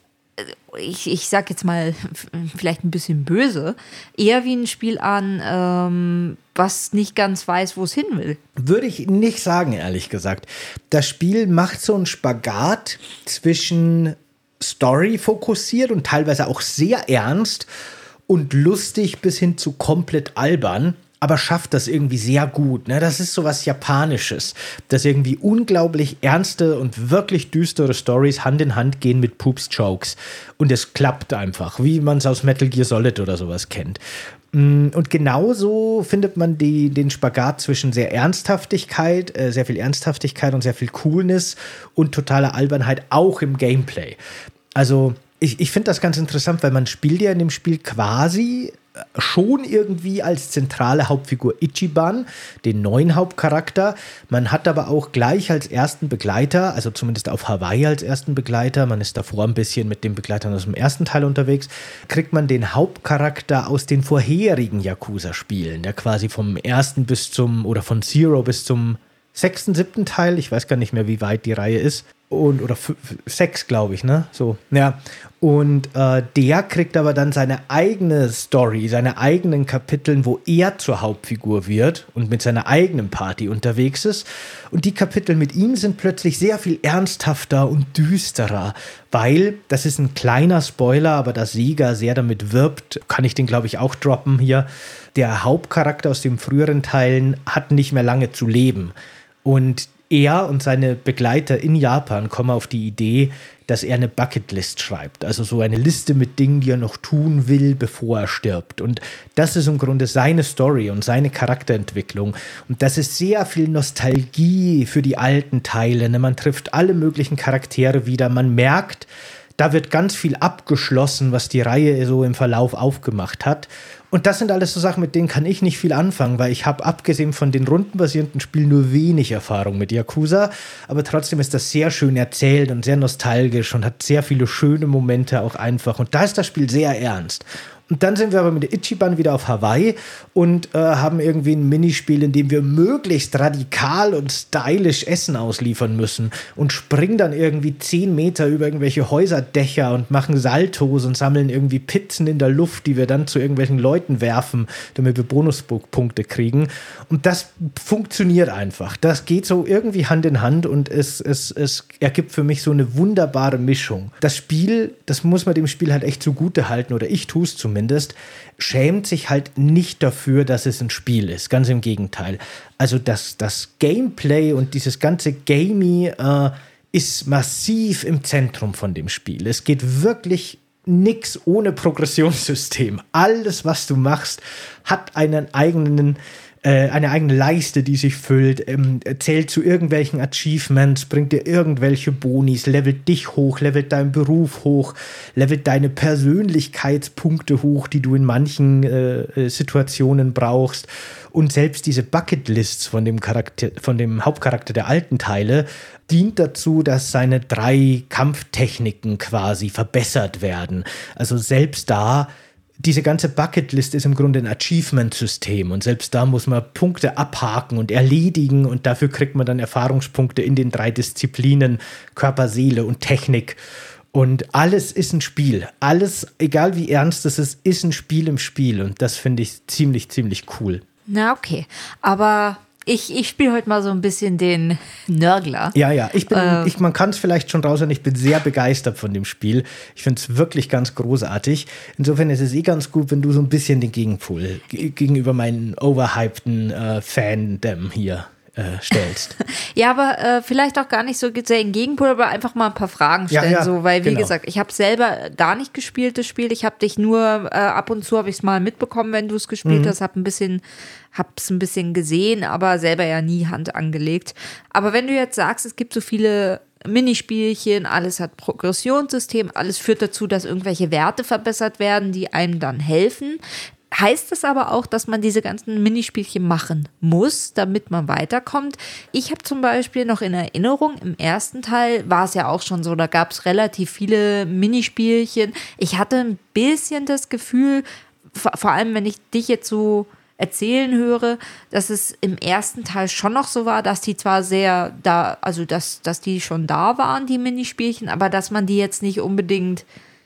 Speaker 2: ich, ich sag jetzt mal vielleicht ein bisschen böse, eher wie ein Spiel an, ähm, was nicht ganz weiß, wo es hin will.
Speaker 1: Würde ich nicht sagen, ehrlich gesagt. Das Spiel macht so einen Spagat zwischen Story fokussiert und teilweise auch sehr ernst und lustig bis hin zu komplett albern, aber schafft das irgendwie sehr gut. Ne? Das ist so was Japanisches, dass irgendwie unglaublich ernste und wirklich düstere Stories Hand in Hand gehen mit Poops-Jokes. Und es klappt einfach, wie man es aus Metal Gear Solid oder sowas kennt. Und genauso findet man die, den Spagat zwischen sehr Ernsthaftigkeit, äh, sehr viel Ernsthaftigkeit und sehr viel Coolness und totaler Albernheit auch im Gameplay. Also ich, ich finde das ganz interessant, weil man spielt ja in dem Spiel quasi schon irgendwie als zentrale Hauptfigur Ichiban, den neuen Hauptcharakter. Man hat aber auch gleich als ersten Begleiter, also zumindest auf Hawaii als ersten Begleiter, man ist davor ein bisschen mit den Begleitern aus dem ersten Teil unterwegs, kriegt man den Hauptcharakter aus den vorherigen Yakuza-Spielen, der quasi vom ersten bis zum, oder von Zero bis zum sechsten, siebten Teil, ich weiß gar nicht mehr, wie weit die Reihe ist, und oder f- f- sechs, glaube ich, ne? So, ja. Und äh, der kriegt aber dann seine eigene Story, seine eigenen Kapiteln, wo er zur Hauptfigur wird und mit seiner eigenen Party unterwegs ist. Und die Kapitel mit ihm sind plötzlich sehr viel ernsthafter und düsterer, weil, das ist ein kleiner Spoiler, aber da Sega sehr damit wirbt, kann ich den, glaube ich, auch droppen hier, der Hauptcharakter aus den früheren Teilen hat nicht mehr lange zu leben. Und er und seine Begleiter in Japan kommen auf die Idee, dass er eine Bucketlist schreibt. Also so eine Liste mit Dingen, die er noch tun will, bevor er stirbt. Und das ist im Grunde seine Story und seine Charakterentwicklung. Und das ist sehr viel Nostalgie für die alten Teile. Man trifft alle möglichen Charaktere wieder. Man merkt, da wird ganz viel abgeschlossen, was die Reihe so im Verlauf aufgemacht hat. Und das sind alles so Sachen, mit denen kann ich nicht viel anfangen, weil ich habe abgesehen von den rundenbasierten Spielen nur wenig Erfahrung mit Yakuza. Aber trotzdem ist das sehr schön erzählt und sehr nostalgisch und hat sehr viele schöne Momente auch einfach. Und da ist das Spiel sehr ernst. Und dann sind wir aber mit Ichiban wieder auf Hawaii und äh, haben irgendwie ein Minispiel, in dem wir möglichst radikal und stylisch Essen ausliefern müssen und springen dann irgendwie zehn Meter über irgendwelche Häuserdächer und machen Saltos und sammeln irgendwie Pizzen in der Luft, die wir dann zu irgendwelchen Leuten werfen, damit wir Bonuspunkte kriegen. Und das funktioniert einfach. Das geht so irgendwie Hand in Hand und es, es, es ergibt für mich so eine wunderbare Mischung. Das Spiel, das muss man dem Spiel halt echt zugute halten, oder ich tue es zumindest, schämt sich halt nicht dafür, dass es ein Spiel ist. Ganz im Gegenteil. Also das, das Gameplay und dieses ganze Gamey äh, ist massiv im Zentrum von dem Spiel. Es geht wirklich nix ohne Progressionssystem. Alles, was du machst, hat einen eigenen eine eigene Leiste, die sich füllt, ähm, zählt zu irgendwelchen Achievements, bringt dir irgendwelche Bonis, levelt dich hoch, levelt deinen Beruf hoch, levelt deine Persönlichkeitspunkte hoch, die du in manchen äh, Situationen brauchst. Und selbst diese Bucketlists von dem Charakter, von dem Hauptcharakter der alten Teile dient dazu, dass seine drei Kampftechniken quasi verbessert werden. Also selbst da, diese ganze Bucketlist ist im Grunde ein Achievement-System und selbst da muss man Punkte abhaken und erledigen und dafür kriegt man dann Erfahrungspunkte in den drei Disziplinen Körper, Seele und Technik. Und alles ist ein Spiel. Alles, egal wie ernst es ist, ist ein Spiel im Spiel und das finde ich ziemlich, ziemlich cool.
Speaker 2: Na okay, aber Ich, ich spiele heute mal so ein bisschen den Nörgler.
Speaker 1: Ja, ja, ich bin,
Speaker 2: ähm.
Speaker 1: ich, man kann es vielleicht schon raushören, ich bin sehr begeistert von dem Spiel. Ich finde es wirklich ganz großartig. Insofern ist es eh ganz gut, wenn du so ein bisschen den Gegenpol g- gegenüber meinen overhypten äh, Fandom hier äh, stellst.
Speaker 2: Ja, aber äh, vielleicht auch gar nicht so sehr im Gegenpol, aber einfach mal ein paar Fragen stellen.
Speaker 1: Ja, ja,
Speaker 2: so, weil, wie
Speaker 1: genau.
Speaker 2: gesagt, ich habe selber gar nicht gespielt, das Spiel. Ich habe dich nur, äh, ab und zu habe ich es mal mitbekommen, wenn du es gespielt
Speaker 1: Mhm.
Speaker 2: hast, habe ein bisschen, hab's ein bisschen gesehen, aber selber ja nie Hand angelegt. Aber wenn du jetzt sagst, es gibt so viele Minispielchen, alles hat Progressionssystem, alles führt dazu, dass irgendwelche Werte verbessert werden, die einem dann helfen. Heißt das aber auch, dass man diese ganzen Minispielchen machen muss, damit man weiterkommt? Ich habe zum Beispiel noch in Erinnerung, im ersten Teil war es ja auch schon so, da gab es relativ viele Minispielchen. Ich hatte ein bisschen das Gefühl, vor, vor allem wenn ich dich jetzt so erzählen höre, dass es im ersten Teil schon noch so war, dass die zwar sehr da, also dass, dass die schon da waren, die Minispielchen, aber dass man die jetzt nicht unbedingt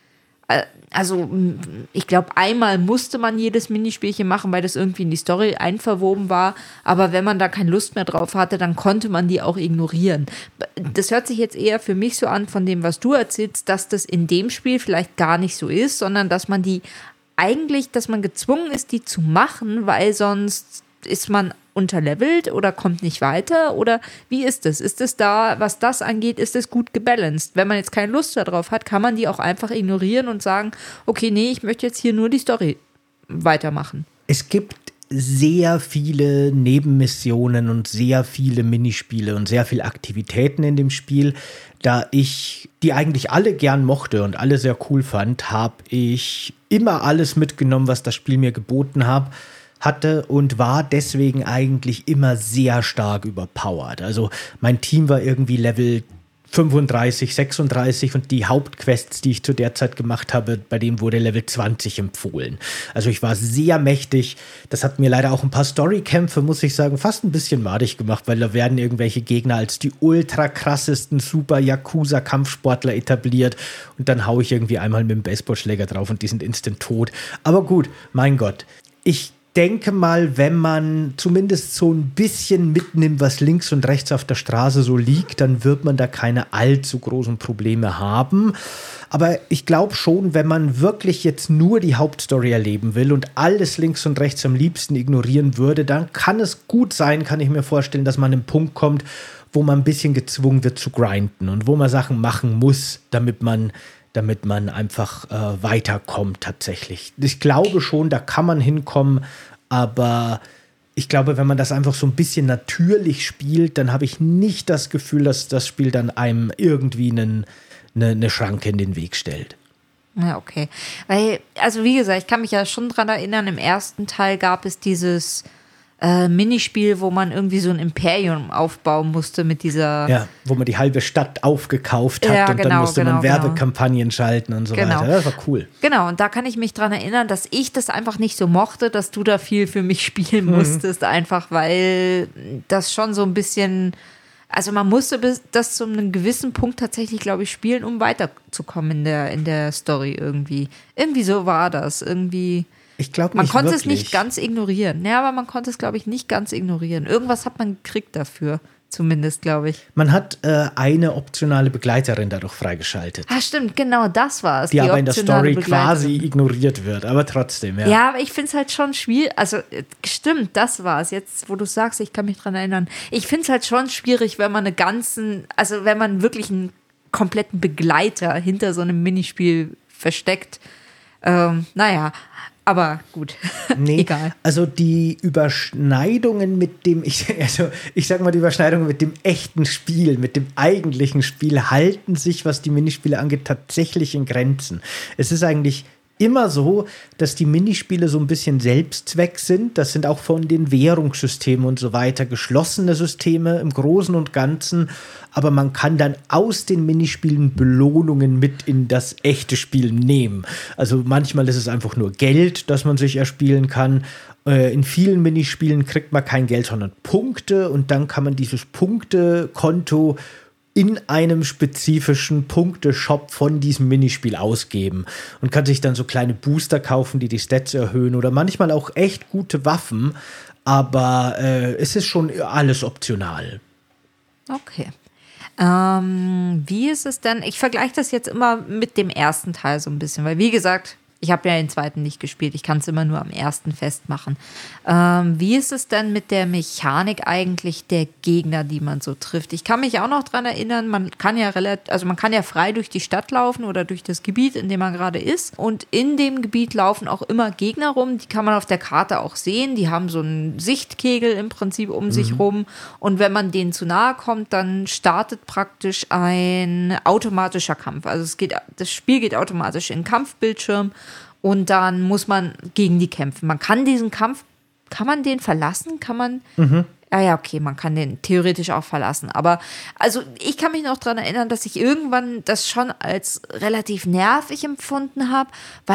Speaker 2: Also ich glaube, einmal musste man jedes Minispielchen machen, weil das irgendwie in die Story einverwoben war. Aber wenn man da keine Lust mehr drauf hatte, dann konnte man die auch ignorieren. Das hört sich jetzt eher für mich so an von dem, was du erzählst, dass das in dem Spiel vielleicht gar nicht so ist, sondern dass man die eigentlich, dass man gezwungen ist, die zu machen, weil sonst ist man unterlevelt oder kommt nicht weiter? Oder wie ist es? Ist es da, was das angeht, ist es gut gebalanced? Wenn man jetzt keine Lust darauf hat, kann man die auch einfach ignorieren und sagen, okay, nee, ich möchte jetzt hier nur die Story weitermachen.
Speaker 1: Es gibt sehr viele Nebenmissionen und sehr viele Minispiele und sehr viele Aktivitäten in dem Spiel. Da ich die eigentlich alle gern mochte und alle sehr cool fand, habe ich immer alles mitgenommen, was das Spiel mir geboten hat. hatte und war deswegen eigentlich immer sehr stark überpowered. Also mein Team war irgendwie Level fünfunddreißig, sechsunddreißig und die Hauptquests, die ich zu der Zeit gemacht habe, bei denen wurde Level zwanzig empfohlen. Also ich war sehr mächtig. Das hat mir leider auch ein paar Storykämpfe, muss ich sagen, fast ein bisschen madig gemacht, weil da werden irgendwelche Gegner als die ultra krassesten Super-Yakuza-Kampfsportler etabliert und dann haue ich irgendwie einmal mit dem Baseballschläger drauf und die sind instant tot. Aber gut, mein Gott. Ich denke mal, wenn man zumindest so ein bisschen mitnimmt, was links und rechts auf der Straße so liegt, dann wird man da keine allzu großen Probleme haben. Aber ich glaube schon, wenn man wirklich jetzt nur die Hauptstory erleben will und alles links und rechts am liebsten ignorieren würde, dann kann es gut sein, kann ich mir vorstellen, dass man an einen Punkt kommt, wo man ein bisschen gezwungen wird zu grinden und wo man Sachen machen muss, damit man damit man einfach äh, weiterkommt tatsächlich. Ich glaube schon, da kann man hinkommen, aber ich glaube, wenn man das einfach so ein bisschen natürlich spielt, dann habe ich nicht das Gefühl, dass das Spiel dann einem irgendwie einen, eine, eine Schranke in den Weg stellt.
Speaker 2: Ja, okay. Weil, also wie gesagt, ich kann mich ja schon dran erinnern, im ersten Teil gab es dieses Äh, Minispiel, wo man irgendwie so ein Imperium aufbauen musste mit dieser...
Speaker 1: Ja, wo man die halbe Stadt aufgekauft hat
Speaker 2: ja,
Speaker 1: und
Speaker 2: genau,
Speaker 1: dann musste
Speaker 2: genau,
Speaker 1: man Werbekampagnen
Speaker 2: genau.
Speaker 1: schalten und so
Speaker 2: genau.
Speaker 1: weiter. Das war cool.
Speaker 2: Genau, und da kann ich mich dran erinnern, dass ich das einfach nicht so mochte, dass du da viel für mich spielen musstest, mhm. einfach weil das schon so ein bisschen... Also man musste bis das zu einem gewissen Punkt tatsächlich, glaube ich, spielen, um weiterzukommen in der, in der Story irgendwie. Irgendwie so war das, irgendwie...
Speaker 1: Ich glaube
Speaker 2: Man
Speaker 1: nicht
Speaker 2: konnte
Speaker 1: wirklich.
Speaker 2: es nicht ganz ignorieren. Ja, aber man konnte es, glaube ich, nicht ganz ignorieren. Irgendwas hat man gekriegt dafür, zumindest, glaube ich.
Speaker 1: Man hat äh, eine optionale Begleiterin dadurch freigeschaltet.
Speaker 2: Ah, stimmt, genau, das war es.
Speaker 1: Die, die aber in der Story quasi ignoriert wird, aber trotzdem, ja.
Speaker 2: Ja, aber ich finde es halt schon schwierig. Also, stimmt, das war es. Jetzt, wo du sagst, ich kann mich dran erinnern. Ich finde es halt schon schwierig, wenn man eine ganzen, also wenn man wirklich einen kompletten Begleiter hinter so einem Minispiel versteckt. Ähm, naja, aber gut,
Speaker 1: nee,
Speaker 2: egal.
Speaker 1: Also die Überschneidungen mit dem, ich, also ich sag mal, die Überschneidungen mit dem echten Spiel, mit dem eigentlichen Spiel halten sich, was die Minispiele angeht, tatsächlich in Grenzen. Es ist eigentlich immer so, dass die Minispiele so ein bisschen Selbstzweck sind. Das sind auch von den Währungssystemen und so weiter geschlossene Systeme im Großen und Ganzen. Aber man kann dann aus den Minispielen Belohnungen mit in das echte Spiel nehmen. Also manchmal ist es einfach nur Geld, das man sich erspielen kann. In vielen Minispielen kriegt man kein Geld, sondern Punkte. Und dann kann man dieses Punktekonto in einem spezifischen Punkteshop von diesem Minispiel ausgeben und kann sich dann so kleine Booster kaufen, die die Stats erhöhen oder manchmal auch echt gute Waffen, aber äh, es ist schon alles optional.
Speaker 2: Okay. Ähm, wie ist es denn? Ich vergleiche das jetzt immer mit dem ersten Teil so ein bisschen, weil wie gesagt, ich habe ja den zweiten nicht gespielt. Ich kann es immer nur am ersten festmachen. Ähm, wie ist es denn mit der Mechanik eigentlich der Gegner, die man so trifft? Ich kann mich auch noch dran erinnern, man kann ja relativ, also man kann ja frei durch die Stadt laufen oder durch das Gebiet, in dem man gerade ist. Und in dem Gebiet laufen auch immer Gegner rum. Die kann man auf der Karte auch sehen. Die haben so einen Sichtkegel im Prinzip um mhm. sich rum. Und wenn man denen zu nahe kommt, dann startet praktisch ein automatischer Kampf. Also es geht, das Spiel geht automatisch in den Kampfbildschirm. Und dann muss man gegen die kämpfen. Man kann diesen Kampf, kann man den verlassen? Kann man, mhm. ah ja, okay, man kann den theoretisch auch verlassen. Aber, also ich kann mich noch daran erinnern, dass ich irgendwann das schon als relativ nervig empfunden habe, weil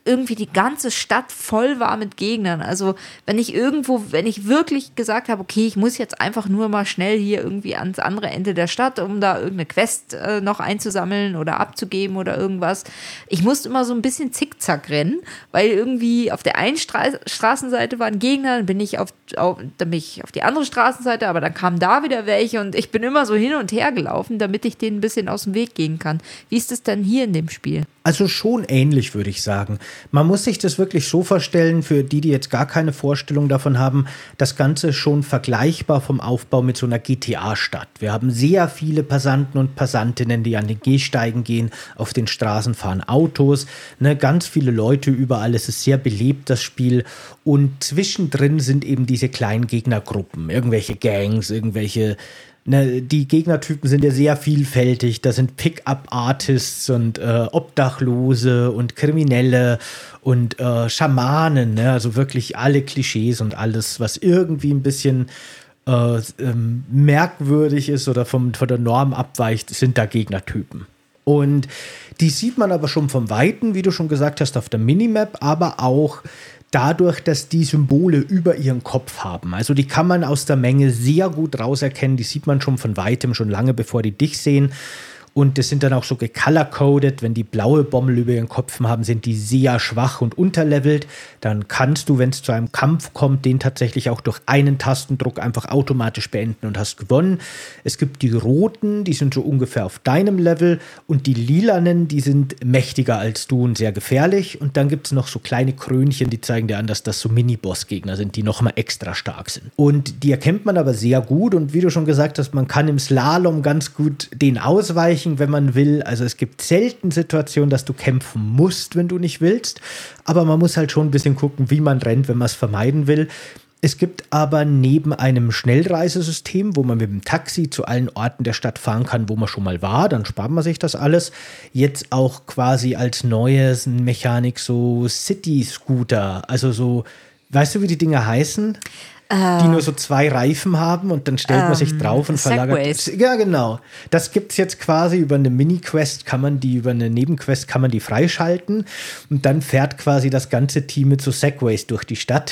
Speaker 2: irgendwie die ganze Stadt voll war mit Gegnern. Also wenn ich irgendwo, wenn ich wirklich gesagt habe, okay, ich muss jetzt einfach nur mal schnell hier irgendwie ans andere Ende der Stadt, um da irgendeine Quest äh, noch einzusammeln oder abzugeben oder irgendwas. Ich musste immer so ein bisschen zickzack rennen, weil irgendwie auf der einen Stra- Straßenseite waren Gegner, dann bin ich auf, auf, dann bin ich auf die andere Straßenseite, aber dann kamen da wieder welche und ich bin immer so hin und her gelaufen, damit ich denen ein bisschen aus dem Weg gehen kann. Wie ist es denn hier in dem Spiel?
Speaker 1: Also schon ähnlich, würde ich sagen. Man muss sich das wirklich so vorstellen, für die, die jetzt gar keine Vorstellung davon haben, das Ganze schon vergleichbar vom Aufbau mit so einer G T A-Stadt. Wir haben sehr viele Passanten und Passantinnen, die an den Gehsteigen gehen, auf den Straßen fahren Autos, ne, ganz viele Leute überall, es ist sehr belebt, das Spiel. Und zwischendrin sind eben diese kleinen Gegnergruppen, irgendwelche Gangs, irgendwelche Ne, die Gegnertypen sind ja sehr vielfältig. Da sind Pick-up-Artists und äh, Obdachlose und Kriminelle und äh, Schamanen. Ne? Also wirklich alle Klischees und alles, was irgendwie ein bisschen äh, ähm, merkwürdig ist oder vom, von der Norm abweicht, sind da Gegnertypen. Und die sieht man aber schon vom Weiten, wie du schon gesagt hast, auf der Minimap, aber auch dadurch, dass die Symbole über ihren Kopf haben. Also die kann man aus der Menge sehr gut rauserkennen. Die sieht man schon von Weitem, schon lange bevor die dich sehen. Und das sind dann auch so gecolor-coded. Wenn die blaue Bommel über ihren Kopf haben, sind die sehr schwach und unterlevelt. Dann kannst du, wenn es zu einem Kampf kommt, den tatsächlich auch durch einen Tastendruck einfach automatisch beenden und hast gewonnen. Es gibt die roten, die sind so ungefähr auf deinem Level. Und die lilanen, die sind mächtiger als du und sehr gefährlich. Und dann gibt es noch so kleine Krönchen, die zeigen dir an, dass das so Mini-Boss-Gegner sind, die nochmal extra stark sind. Und die erkennt man aber sehr gut. Und wie du schon gesagt hast, man kann im Slalom ganz gut den ausweichen, wenn man will. Also es gibt selten Situationen, dass du kämpfen musst, wenn du nicht willst. Aber man muss halt schon ein bisschen gucken, wie man rennt, wenn man es vermeiden will. Es gibt aber neben einem Schnellreisesystem, wo man mit dem Taxi zu allen Orten der Stadt fahren kann, wo man schon mal war, dann spart man sich das alles. Jetzt auch quasi als neues Mechanik so City-Scooter. Also so, weißt du, wie die Dinger heißen? Die nur so zwei Reifen haben und dann stellt man ähm, sich drauf und verlagert.
Speaker 2: Segways.
Speaker 1: Ja, genau. Das gibt es jetzt quasi über eine Mini-Quest, kann man die, über eine Nebenquest kann man die freischalten und dann fährt quasi das ganze Team mit so Segways durch die Stadt.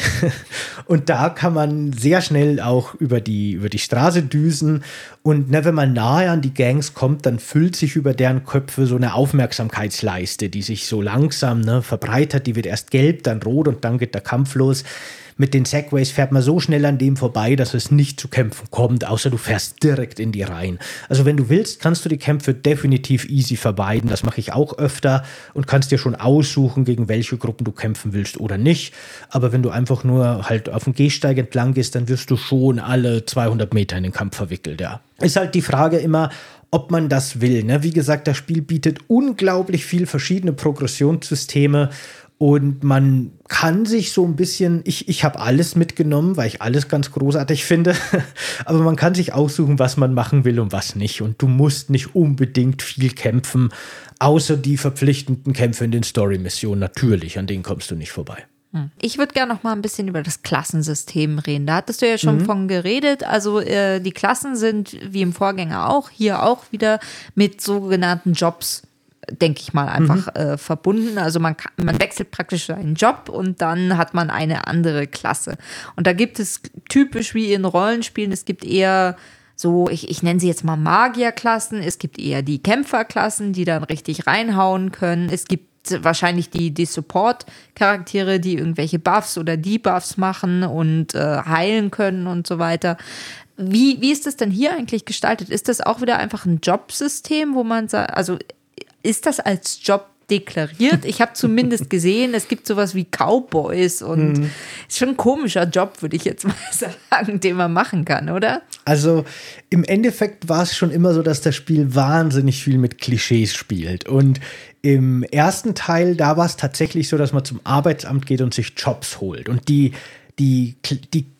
Speaker 1: Und da kann man sehr schnell auch über die, über die Straße düsen. Und ne, wenn man nahe an die Gangs kommt, dann füllt sich über deren Köpfe so eine Aufmerksamkeitsleiste, die sich so langsam ne, verbreitert. Die wird erst gelb, dann rot und dann geht der Kampf los. Mit den Segways fährt man so schnell an dem vorbei, dass es nicht zu Kämpfen kommt, außer du fährst direkt in die Reihen. Also wenn du willst, kannst du die Kämpfe definitiv easy vermeiden. Das mache ich auch öfter und kannst dir schon aussuchen, gegen welche Gruppen du kämpfen willst oder nicht. Aber wenn du einfach nur halt auf dem Gehsteig entlang gehst, dann wirst du schon alle zweihundert Meter in den Kampf verwickelt, ja. Ist halt die Frage immer, ob man das will. Ne? Wie gesagt, das Spiel bietet unglaublich viel verschiedene Progressionssysteme. Und man kann sich so ein bisschen, ich, ich habe alles mitgenommen, weil ich alles ganz großartig finde, aber man kann sich aussuchen, was man machen will und was nicht. Und du musst nicht unbedingt viel kämpfen, außer die verpflichtenden Kämpfe in den Story-Missionen. Natürlich, an denen kommst du nicht vorbei.
Speaker 2: Ich würde gerne noch mal ein bisschen über das Klassensystem reden. Da hattest du ja schon mhm. von geredet. Also äh, die Klassen sind, wie im Vorgänger auch, hier auch wieder mit sogenannten Jobs, denke ich mal, einfach mhm. äh, verbunden. Also man, kann, man wechselt praktisch seinen Job und dann hat man eine andere Klasse. Und da gibt es typisch wie in Rollenspielen, es gibt eher so, ich, ich nenne sie jetzt mal Magierklassen, es gibt eher die Kämpferklassen, die dann richtig reinhauen können. Es gibt wahrscheinlich die, die Support-Charaktere, die irgendwelche Buffs oder Debuffs machen und äh, heilen können und so weiter. Wie, wie ist das denn hier eigentlich gestaltet? Ist das auch wieder einfach ein Jobsystem, wo man sagt, also ist das als Job deklariert? Ich habe zumindest gesehen, es gibt sowas wie Cowboys und hm. ist schon ein komischer Job, würde ich jetzt mal sagen, den man machen kann, oder?
Speaker 1: Also im Endeffekt war es schon immer so, dass das Spiel wahnsinnig viel mit Klischees spielt. Und im ersten Teil, da war es tatsächlich so, dass man zum Arbeitsamt geht und sich Jobs holt. Und die, die, die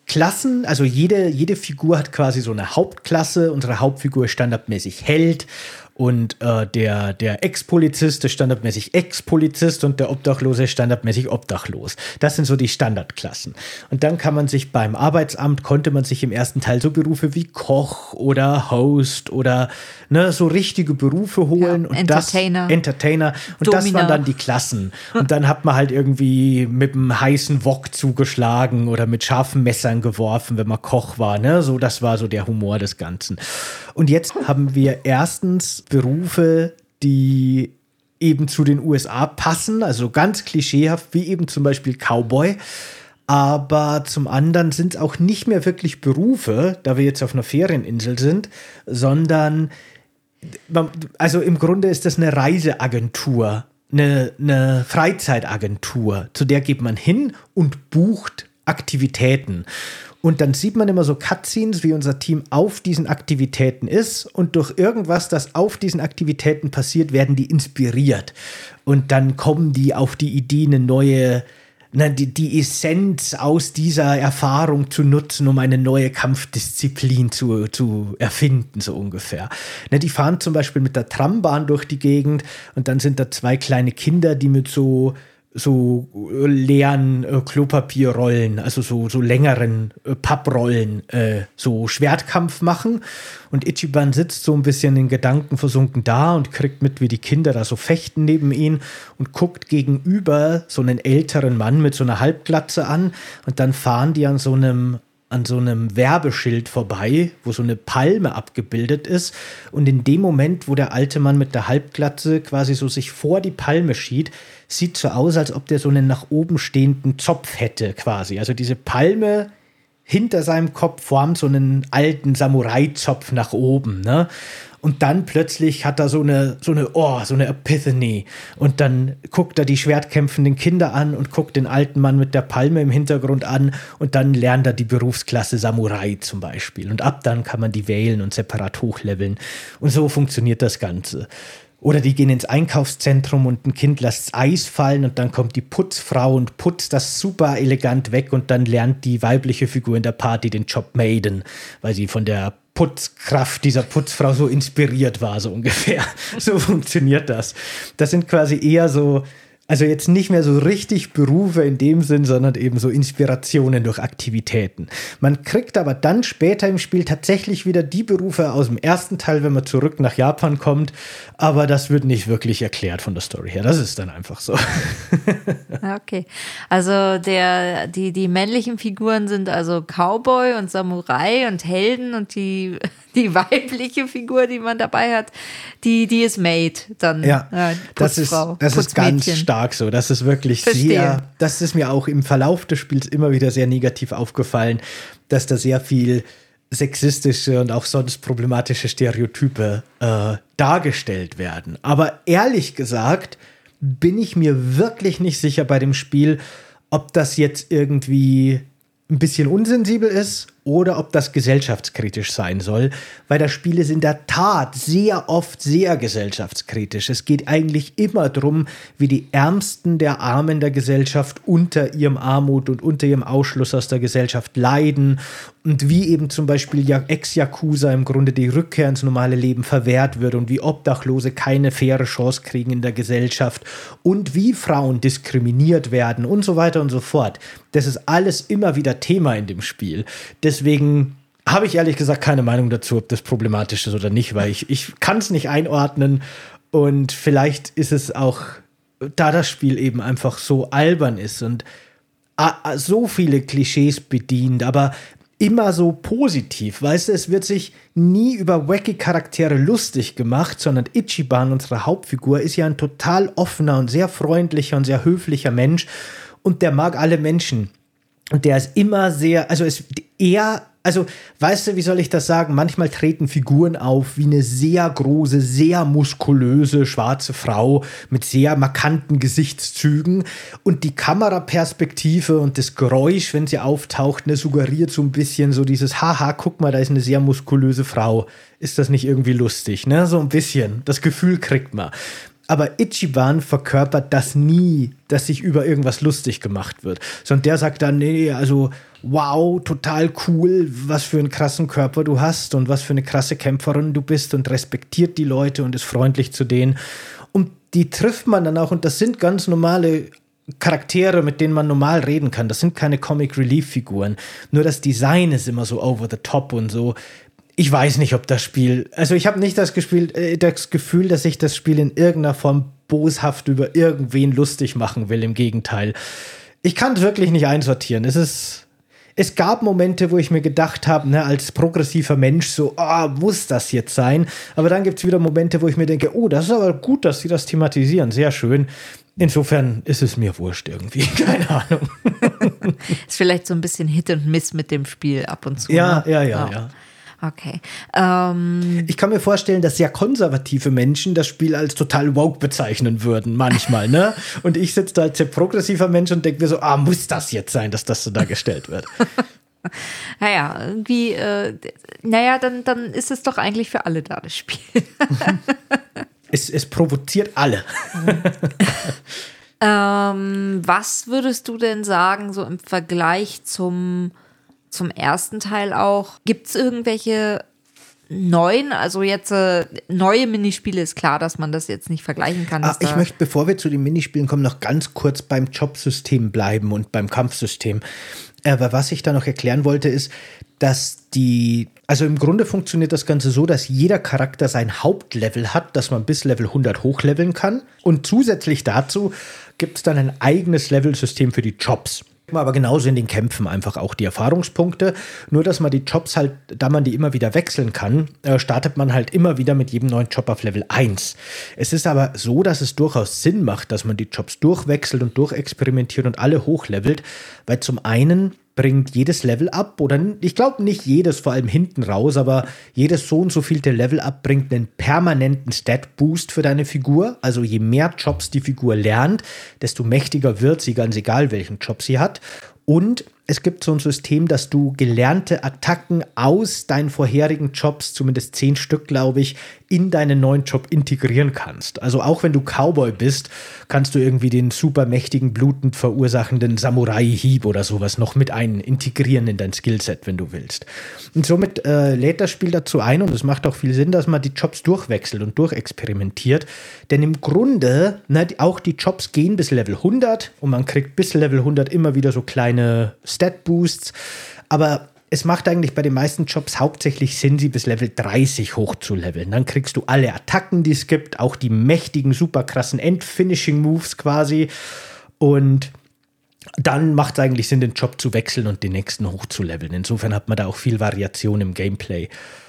Speaker 1: Klassen, also jede, jede Figur hat quasi so eine Hauptklasse. Unsere Hauptfigur ist standardmäßig Held und äh, der, der Ex-Polizist ist standardmäßig Ex-Polizist und der Obdachlose ist standardmäßig obdachlos. Das sind so die Standardklassen. Und dann kann man sich beim Arbeitsamt, konnte man sich im ersten Teil so Berufe wie Koch oder Host oder ne, so richtige Berufe holen.
Speaker 2: Ja,
Speaker 1: und
Speaker 2: Entertainer.
Speaker 1: Das, Entertainer. Und
Speaker 2: Domina.
Speaker 1: das waren dann die Klassen. Und dann hat man halt irgendwie mit einem heißen Wok zugeschlagen oder mit scharfen Messern geworfen, wenn man Koch war. Ne? So, das war so der Humor des Ganzen. Und jetzt haben wir erstens Berufe, die eben zu den U S A passen, also ganz klischeehaft, wie eben zum Beispiel Cowboy. Aber zum anderen sind es auch nicht mehr wirklich Berufe, da wir jetzt auf einer Ferieninsel sind, sondern, also im Grunde ist das eine Reiseagentur, eine, eine Freizeitagentur, zu der geht man hin und bucht Aktivitäten. Und dann sieht man immer so Cutscenes, wie unser Team auf diesen Aktivitäten ist. Und durch irgendwas, das auf diesen Aktivitäten passiert, werden die inspiriert. Und dann kommen die auf die Idee, eine neue, na, die, die Essenz aus dieser Erfahrung zu nutzen, um eine neue Kampfdisziplin zu, zu erfinden, so ungefähr. Na, die fahren zum Beispiel mit der Trambahn durch die Gegend und dann sind da zwei kleine Kinder, die mit so so leeren äh, Klopapierrollen, also so, so längeren äh, Papprollen, äh, so Schwertkampf machen. Und Ichiban sitzt so ein bisschen in Gedanken versunken da und kriegt mit, wie die Kinder da so fechten neben ihn und guckt gegenüber so einen älteren Mann mit so einer Halbglatze an. Und dann fahren die an so einem an so einem Werbeschild vorbei, wo so eine Palme abgebildet ist. Und in dem Moment, wo der alte Mann mit der Halbglatze quasi so sich vor die Palme schiebt, sieht so aus, als ob der so einen nach oben stehenden Zopf hätte quasi. Also diese Palme hinter seinem Kopf formt so einen alten Samurai-Zopf nach oben, ne? Und dann plötzlich hat er so eine, so eine, oh, so eine Epiphany. Und dann guckt er die schwertkämpfenden Kinder an und guckt den alten Mann mit der Palme im Hintergrund an. Und dann lernt er die Berufsklasse Samurai zum Beispiel. Und ab dann kann man die wählen und separat hochleveln. Und so funktioniert das Ganze. Oder die gehen ins Einkaufszentrum und ein Kind lässt Eis fallen und dann kommt die Putzfrau und putzt das super elegant weg und dann lernt die weibliche Figur in der Party den Job Maiden, weil sie von der Putzkraft dieser Putzfrau so inspiriert war, so ungefähr. So funktioniert das. Das sind quasi eher so, also jetzt nicht mehr so richtig Berufe in dem Sinn, sondern eben so Inspirationen durch Aktivitäten. Man kriegt aber dann später im Spiel tatsächlich wieder die Berufe aus dem ersten Teil, wenn man zurück nach Japan kommt, aber das wird nicht wirklich erklärt von der Story her. Das ist dann einfach so.
Speaker 2: Okay, also der, die, die männlichen Figuren sind also Cowboy und Samurai und Helden und die, die weibliche Figur, die man dabei hat, die, die ist Maid dann.
Speaker 1: Ja,
Speaker 2: äh,
Speaker 1: das ist, das ist ganz stark so. Das ist wirklich Verstehe. sehr, das ist mir auch im Verlauf des Spiels immer wieder sehr negativ aufgefallen, dass da sehr viel sexistische und auch sonst problematische Stereotype äh, dargestellt werden. Aber ehrlich gesagt bin ich mir wirklich nicht sicher bei dem Spiel, ob das jetzt irgendwie ein bisschen unsensibel ist oder ob das gesellschaftskritisch sein soll, weil das Spiel ist in der Tat sehr oft sehr gesellschaftskritisch. Es geht eigentlich immer darum, wie die Ärmsten der Armen der Gesellschaft unter ihrem Armut und unter ihrem Ausschluss aus der Gesellschaft leiden und wie eben zum Beispiel Ex-Yakuza im Grunde die Rückkehr ins normale Leben verwehrt wird und wie Obdachlose keine faire Chance kriegen in der Gesellschaft und wie Frauen diskriminiert werden und so weiter und so fort. Das ist alles immer wieder Thema in dem Spiel. Deswegen habe ich ehrlich gesagt keine Meinung dazu, ob das problematisch ist oder nicht, weil ich, ich kann es nicht einordnen und vielleicht ist es auch, da das Spiel eben einfach so albern ist und so viele Klischees bedient, aber immer so positiv, weißt du, es wird sich nie über wacky Charaktere lustig gemacht, sondern Ichiban, unsere Hauptfigur, ist ja ein total offener und sehr freundlicher und sehr höflicher Mensch und der mag alle Menschen. Und der ist immer sehr, also ist eher, also weißt du, wie soll ich das sagen? Manchmal treten Figuren auf wie eine sehr große, sehr muskulöse schwarze Frau mit sehr markanten Gesichtszügen und die Kameraperspektive und das Geräusch, wenn sie auftaucht, ne, suggeriert so ein bisschen so dieses Haha, guck mal, da ist eine sehr muskulöse Frau. Ist das nicht irgendwie lustig, ne? So ein bisschen. Das Gefühl kriegt man. Aber Ichiban verkörpert das nie, dass sich über irgendwas lustig gemacht wird. Sondern der sagt dann, nee, also wow, total cool, was für einen krassen Körper du hast und was für eine krasse Kämpferin du bist und respektiert die Leute und ist freundlich zu denen. Und die trifft man dann auch und das sind ganz normale Charaktere, mit denen man normal reden kann. Das sind keine Comic-Relief-Figuren. Nur das Design ist immer so over the top und so. Ich weiß nicht, ob das Spiel, also ich habe nicht das, Gespiel, äh, das Gefühl, dass ich das Spiel in irgendeiner Form boshaft über irgendwen lustig machen will. Im Gegenteil. Ich kann es wirklich nicht einsortieren. Es ist, es gab Momente, wo ich mir gedacht habe, ne, als progressiver Mensch so, oh, muss das jetzt sein? Aber dann gibt es wieder Momente, wo ich mir denke, oh, das ist aber gut, dass sie das thematisieren. Sehr schön. Insofern ist es mir wurscht irgendwie. Keine Ahnung.
Speaker 2: Ist vielleicht so ein bisschen Hit und Miss mit dem Spiel ab und zu.
Speaker 1: Ja,
Speaker 2: ne?
Speaker 1: ja, ja,
Speaker 2: oh.
Speaker 1: ja.
Speaker 2: Okay. Ähm,
Speaker 1: ich kann mir vorstellen, dass sehr konservative Menschen das Spiel als total woke bezeichnen würden, manchmal, ne? Und ich sitze da als sehr progressiver Mensch und denke mir so, ah, muss das jetzt sein, dass das so dargestellt wird?
Speaker 2: Naja, irgendwie, äh, naja, dann, dann ist es doch eigentlich für alle da, das Spiel.
Speaker 1: es, es provoziert alle.
Speaker 2: ähm, was würdest du denn sagen, so im Vergleich zum Zum ersten Teil auch? Gibt es irgendwelche neuen, also jetzt äh, neue Minispiele? Ist klar, dass man das jetzt nicht vergleichen kann.
Speaker 1: Ah, ich möchte, bevor wir zu den Minispielen kommen, noch ganz kurz beim Jobsystem bleiben und beim Kampfsystem. Aber was ich da noch erklären wollte, ist, dass die, also im Grunde funktioniert das Ganze so, dass jeder Charakter sein Hauptlevel hat, dass man bis Level hundert hochleveln kann. Und zusätzlich dazu gibt es dann ein eigenes Levelsystem für die Jobs. Aber genauso in den Kämpfen einfach auch die Erfahrungspunkte. Nur, dass man die Jobs halt, da man die immer wieder wechseln kann, äh, startet man halt immer wieder mit jedem neuen Job auf Level eins. Es ist aber so, dass es durchaus Sinn macht, dass man die Jobs durchwechselt und durchexperimentiert und alle hochlevelt, weil zum einen bringt jedes Level up, oder ich glaube nicht jedes, vor allem hinten raus, aber jedes so und so vielte Level up bringt einen permanenten Stat-Boost für deine Figur. Also je mehr Jobs die Figur lernt, desto mächtiger wird sie, ganz egal welchen Job sie hat. Und es gibt so ein System, dass du gelernte Attacken aus deinen vorherigen Jobs, zumindest zehn Stück, glaube ich, in deinen neuen Job integrieren kannst. Also auch wenn du Cowboy bist, kannst du irgendwie den super mächtigen, blutend verursachenden Samurai-Hieb oder sowas noch mit ein integrieren in dein Skillset, wenn du willst. Und somit äh, lädt das Spiel dazu ein, und es macht auch viel Sinn, dass man die Jobs durchwechselt und durchexperimentiert. Denn im Grunde, ne, auch die Jobs gehen bis Level hundert und man kriegt bis Level hundert immer wieder so kleine Stat-Boosts, aber es macht eigentlich bei den meisten Jobs hauptsächlich Sinn, sie bis Level dreißig hochzuleveln. Dann kriegst du alle Attacken, die es gibt, auch die mächtigen, super krassen End-Finishing-Moves quasi. Und dann macht es eigentlich Sinn, den Job zu wechseln und den nächsten hochzuleveln. Insofern hat man da auch viel Variation im Gameplay.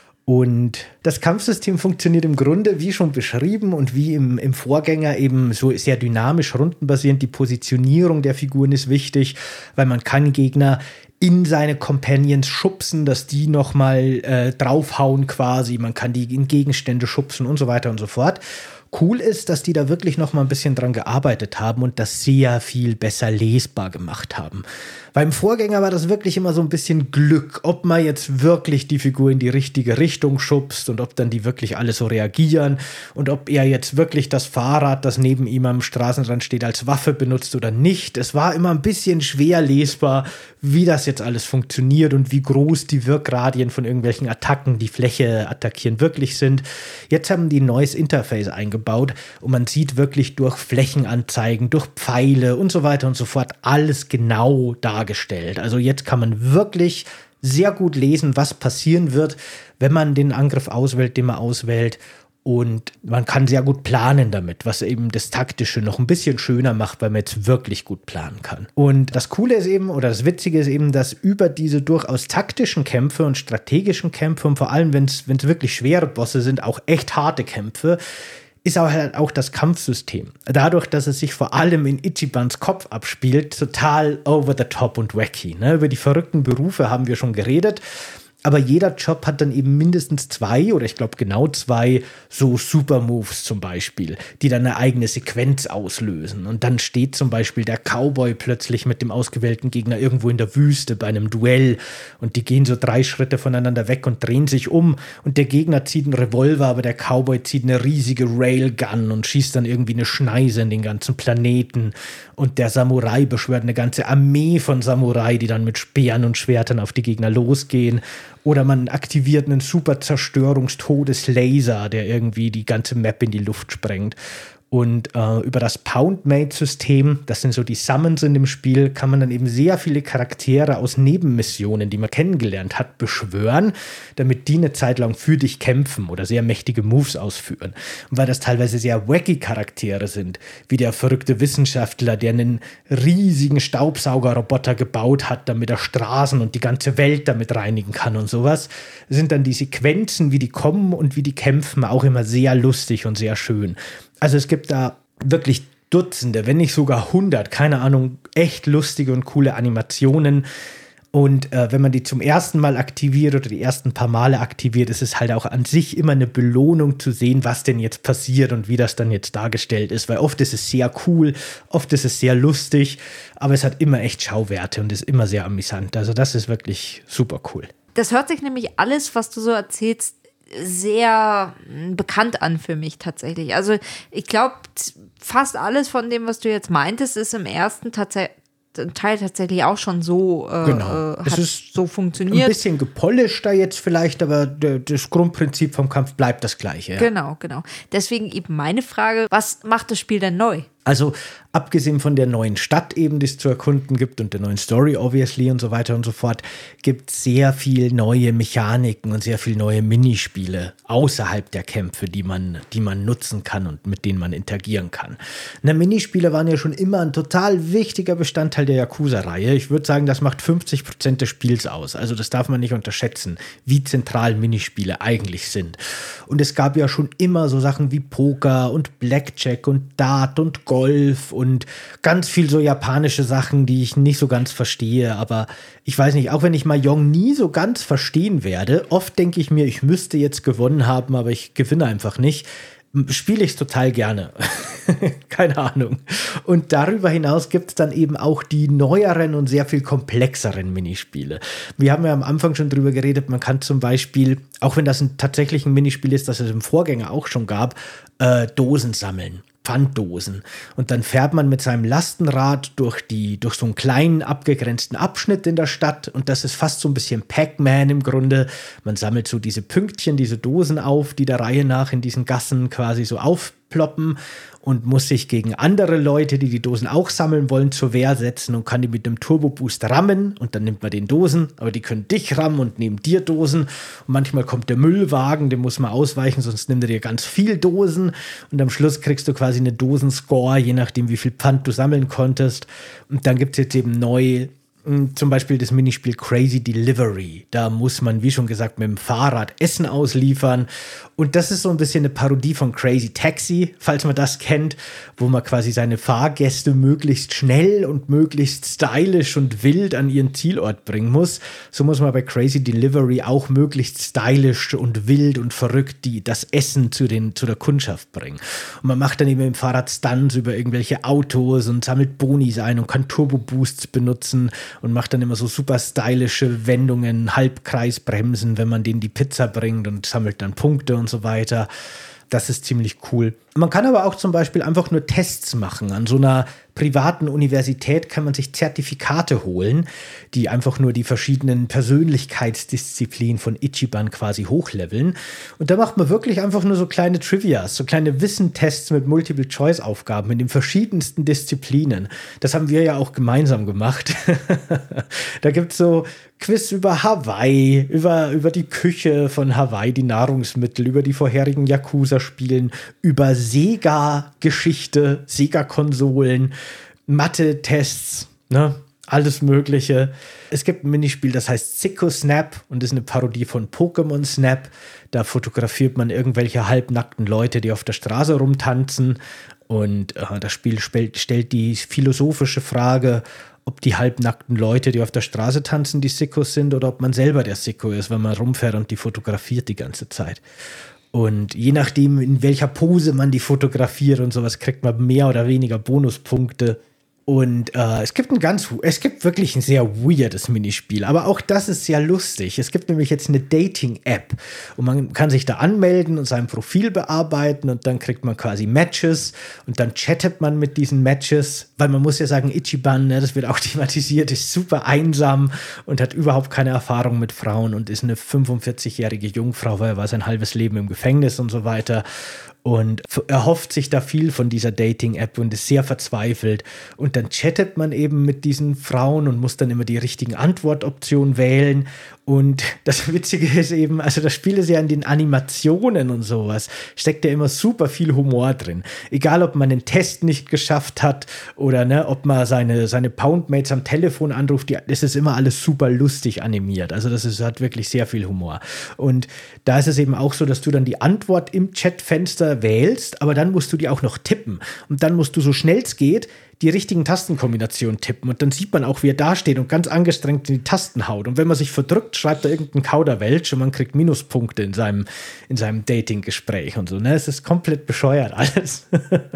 Speaker 1: Und das Kampfsystem funktioniert im Grunde, wie schon beschrieben und wie im, im Vorgänger, eben so sehr dynamisch, rundenbasierend. Die Positionierung der Figuren ist wichtig, weil man kann Gegner in seine Companions schubsen, dass die nochmal äh, draufhauen quasi. Man kann die in Gegenstände schubsen und so weiter und so fort. Cool ist, dass die da wirklich noch mal ein bisschen dran gearbeitet haben und das sehr viel besser lesbar gemacht haben. Beim Vorgänger war das wirklich immer so ein bisschen Glück, ob man jetzt wirklich die Figur in die richtige Richtung schubst und ob dann die wirklich alle so reagieren und ob er jetzt wirklich das Fahrrad, das neben ihm am Straßenrand steht, als Waffe benutzt oder nicht. Es war immer ein bisschen schwer lesbar, wie das jetzt alles funktioniert und wie groß die Wirkradien von irgendwelchen Attacken, die Fläche attackieren, wirklich sind. Jetzt haben die ein neues Interface eingebaut und man sieht wirklich durch Flächenanzeigen, durch Pfeile und so weiter und so fort alles genau dargestellt. Also jetzt kann man wirklich sehr gut lesen, was passieren wird, wenn man den Angriff auswählt, den man auswählt. Und man kann sehr gut planen damit, was eben das Taktische noch ein bisschen schöner macht, weil man jetzt wirklich gut planen kann. Und das Coole ist eben, oder das Witzige ist eben, dass über diese durchaus taktischen Kämpfe und strategischen Kämpfe und vor allem, wenn es wirklich schwere Bosse sind, auch echt harte Kämpfe, ist aber halt auch das Kampfsystem. Dadurch, dass es sich vor allem in Ichibans Kopf abspielt, total over the top und wacky. Ne? Über die verrückten Berufe haben wir schon geredet. Aber jeder Job hat dann eben mindestens zwei oder ich glaube genau zwei so Super-Moves zum Beispiel, die dann eine eigene Sequenz auslösen. Und dann steht zum Beispiel der Cowboy plötzlich mit dem ausgewählten Gegner irgendwo in der Wüste bei einem Duell und die gehen so drei Schritte voneinander weg und drehen sich um und der Gegner zieht einen Revolver, aber der Cowboy zieht eine riesige Railgun und schießt dann irgendwie eine Schneise in den ganzen Planeten und der Samurai beschwört eine ganze Armee von Samurai, die dann mit Speeren und Schwertern auf die Gegner losgehen. Oder man aktiviert einen super Zerstörungstodeslaser, der irgendwie die ganze Map in die Luft sprengt. Und äh, über das Pound-Mate-System, das sind so die Summons in dem Spiel, kann man dann eben sehr viele Charaktere aus Nebenmissionen, die man kennengelernt hat, beschwören, damit die eine Zeit lang für dich kämpfen oder sehr mächtige Moves ausführen. Und weil das teilweise sehr wacky Charaktere sind, wie der verrückte Wissenschaftler, der einen riesigen Staubsaugerroboter gebaut hat, damit er Straßen und die ganze Welt damit reinigen kann und sowas, sind dann die Sequenzen, wie die kommen und wie die kämpfen, auch immer sehr lustig und sehr schön. Also es gibt da wirklich Dutzende, wenn nicht sogar hundert, keine Ahnung, echt lustige und coole Animationen. Und äh, wenn man die zum ersten Mal aktiviert oder die ersten paar Male aktiviert, ist es halt auch an sich immer eine Belohnung zu sehen, was denn jetzt passiert und wie das dann jetzt dargestellt ist. Weil oft ist es sehr cool, oft ist es sehr lustig, aber es hat immer echt Schauwerte und ist immer sehr amüsant. Also das ist wirklich super cool.
Speaker 2: Das hört sich nämlich alles, was du so erzählst, sehr bekannt an für mich tatsächlich. Also ich glaube, fast alles von dem, was du jetzt meintest, ist im ersten tats- Teil tatsächlich auch schon so, äh,
Speaker 1: genau.
Speaker 2: hat
Speaker 1: Es ist
Speaker 2: so funktioniert.
Speaker 1: Ein bisschen gepolischter jetzt vielleicht, aber d- das Grundprinzip vom Kampf bleibt das gleiche. Ja.
Speaker 2: Genau, genau. Deswegen eben meine Frage, was macht das Spiel denn neu?
Speaker 1: Also abgesehen von der neuen Stadt eben, die es zu erkunden gibt und der neuen Story obviously und so weiter und so fort, gibt es sehr viel neue Mechaniken und sehr viel neue Minispiele außerhalb der Kämpfe, die man, die man nutzen kann und mit denen man interagieren kann. Na, Minispiele waren ja schon immer ein total wichtiger Bestandteil der Yakuza-Reihe. Ich würde sagen, das macht fünfzig Prozent des Spiels aus. Also das darf man nicht unterschätzen, wie zentral Minispiele eigentlich sind. Und es gab ja schon immer so Sachen wie Poker und Blackjack und Dart und Golf Golf und ganz viel so japanische Sachen, die ich nicht so ganz verstehe. Aber ich weiß nicht, auch wenn ich Mahjong nie so ganz verstehen werde, oft denke ich mir, ich müsste jetzt gewonnen haben, aber ich gewinne einfach nicht. Spiele ich es total gerne. Keine Ahnung. Und darüber hinaus gibt es dann eben auch die neueren und sehr viel komplexeren Minispiele. Wir haben ja am Anfang schon drüber geredet, man kann zum Beispiel, auch wenn das ein tatsächlich ein Minispiel ist, das es im Vorgänger auch schon gab, äh, Dosen sammeln. Pfanddosen. Und dann fährt man mit seinem Lastenrad durch, die, durch so einen kleinen abgegrenzten Abschnitt in der Stadt und das ist fast so ein bisschen Pac-Man im Grunde. Man sammelt so diese Pünktchen, diese Dosen auf, die der Reihe nach in diesen Gassen quasi so aufploppen und muss sich gegen andere Leute, die die Dosen auch sammeln wollen, zur Wehr setzen und kann die mit einem Turbo-Boost rammen und dann nimmt man den Dosen, aber die können dich rammen und nehmen dir Dosen und manchmal kommt der Müllwagen, dem muss man ausweichen, sonst nimmt er dir ganz viel Dosen und am Schluss kriegst du quasi eine Dosenscore, je nachdem wie viel Pfand du sammeln konntest und dann gibt es jetzt eben neu zum Beispiel das Minispiel Crazy Delivery. Da muss man, wie schon gesagt, mit dem Fahrrad Essen ausliefern. Und das ist so ein bisschen eine Parodie von Crazy Taxi, falls man das kennt, wo man quasi seine Fahrgäste möglichst schnell und möglichst stylisch und wild an ihren Zielort bringen muss. So muss man bei Crazy Delivery auch möglichst stylisch und wild und verrückt die, das Essen zu, den, zu der Kundschaft bringen. Und man macht dann eben im Fahrrad Stunts über irgendwelche Autos und sammelt Bonis ein und kann Turbo-Boosts benutzen und macht dann immer so super stylische Wendungen, Halbkreisbremsen, wenn man denen die Pizza bringt und sammelt dann Punkte und so weiter. Das ist ziemlich cool. Man kann aber auch zum Beispiel einfach nur Tests machen. An so einer privaten Universität kann man sich Zertifikate holen, die einfach nur die verschiedenen Persönlichkeitsdisziplinen von Ichiban quasi hochleveln. Und da macht man wirklich einfach nur so kleine Trivias, so kleine Wissentests mit Multiple-Choice-Aufgaben in den verschiedensten Disziplinen. Das haben wir ja auch gemeinsam gemacht. Da gibt es so Quiz über Hawaii, über, über die Küche von Hawaii, die Nahrungsmittel, über die vorherigen Yakuza-Spielen, über Sega-Geschichte, Sega-Konsolen, Mathe-Tests, ne? Alles Mögliche. Es gibt ein Minispiel, das heißt Sicko Snap und ist eine Parodie von Pokémon Snap. Da fotografiert man irgendwelche halbnackten Leute, die auf der Straße rumtanzen. Und äh, das Spiel stellt die philosophische Frage, ob die halbnackten Leute, die auf der Straße tanzen, die Sickos sind oder ob man selber der Sicko ist, wenn man rumfährt und die fotografiert die ganze Zeit. Und je nachdem, in welcher Pose man die fotografiert und sowas, kriegt man mehr oder weniger Bonuspunkte. Und äh, es gibt ein ganz, es gibt wirklich ein sehr weirdes Minispiel, aber auch das ist sehr lustig. Es gibt nämlich jetzt eine Dating-App und man kann sich da anmelden und sein Profil bearbeiten und dann kriegt man quasi Matches und dann chattet man mit diesen Matches, weil man muss ja sagen, Ichiban, ne, das wird auch thematisiert, ist super einsam und hat überhaupt keine Erfahrung mit Frauen und ist eine fünfundvierzigjährige Jungfrau, weil er war sein halbes Leben im Gefängnis und so weiter. Und erhofft sich da viel von dieser Dating-App und ist sehr verzweifelt. Und dann chattet man eben mit diesen Frauen und muss dann immer die richtigen Antwortoptionen wählen. Und das Witzige ist eben, also das Spiel ist ja in den Animationen und sowas, steckt ja immer super viel Humor drin. Egal, ob man den Test nicht geschafft hat oder ne, ob man seine, seine Poundmates am Telefon anruft, die, das ist immer alles super lustig animiert. Also das ist, hat wirklich sehr viel Humor. Und da ist es eben auch so, dass du dann die Antwort im Chatfenster wählst, aber dann musst du die auch noch tippen. Und dann musst du, so schnell es geht, die richtigen Tastenkombinationen tippen. Und dann sieht man auch, wie er da steht und ganz angestrengt in die Tasten haut. Und wenn man sich verdrückt, schreibt er irgendeinen Kauderwelsch und man kriegt Minuspunkte in seinem, in seinem Dating-Gespräch und so. Ne? Es ist komplett bescheuert alles.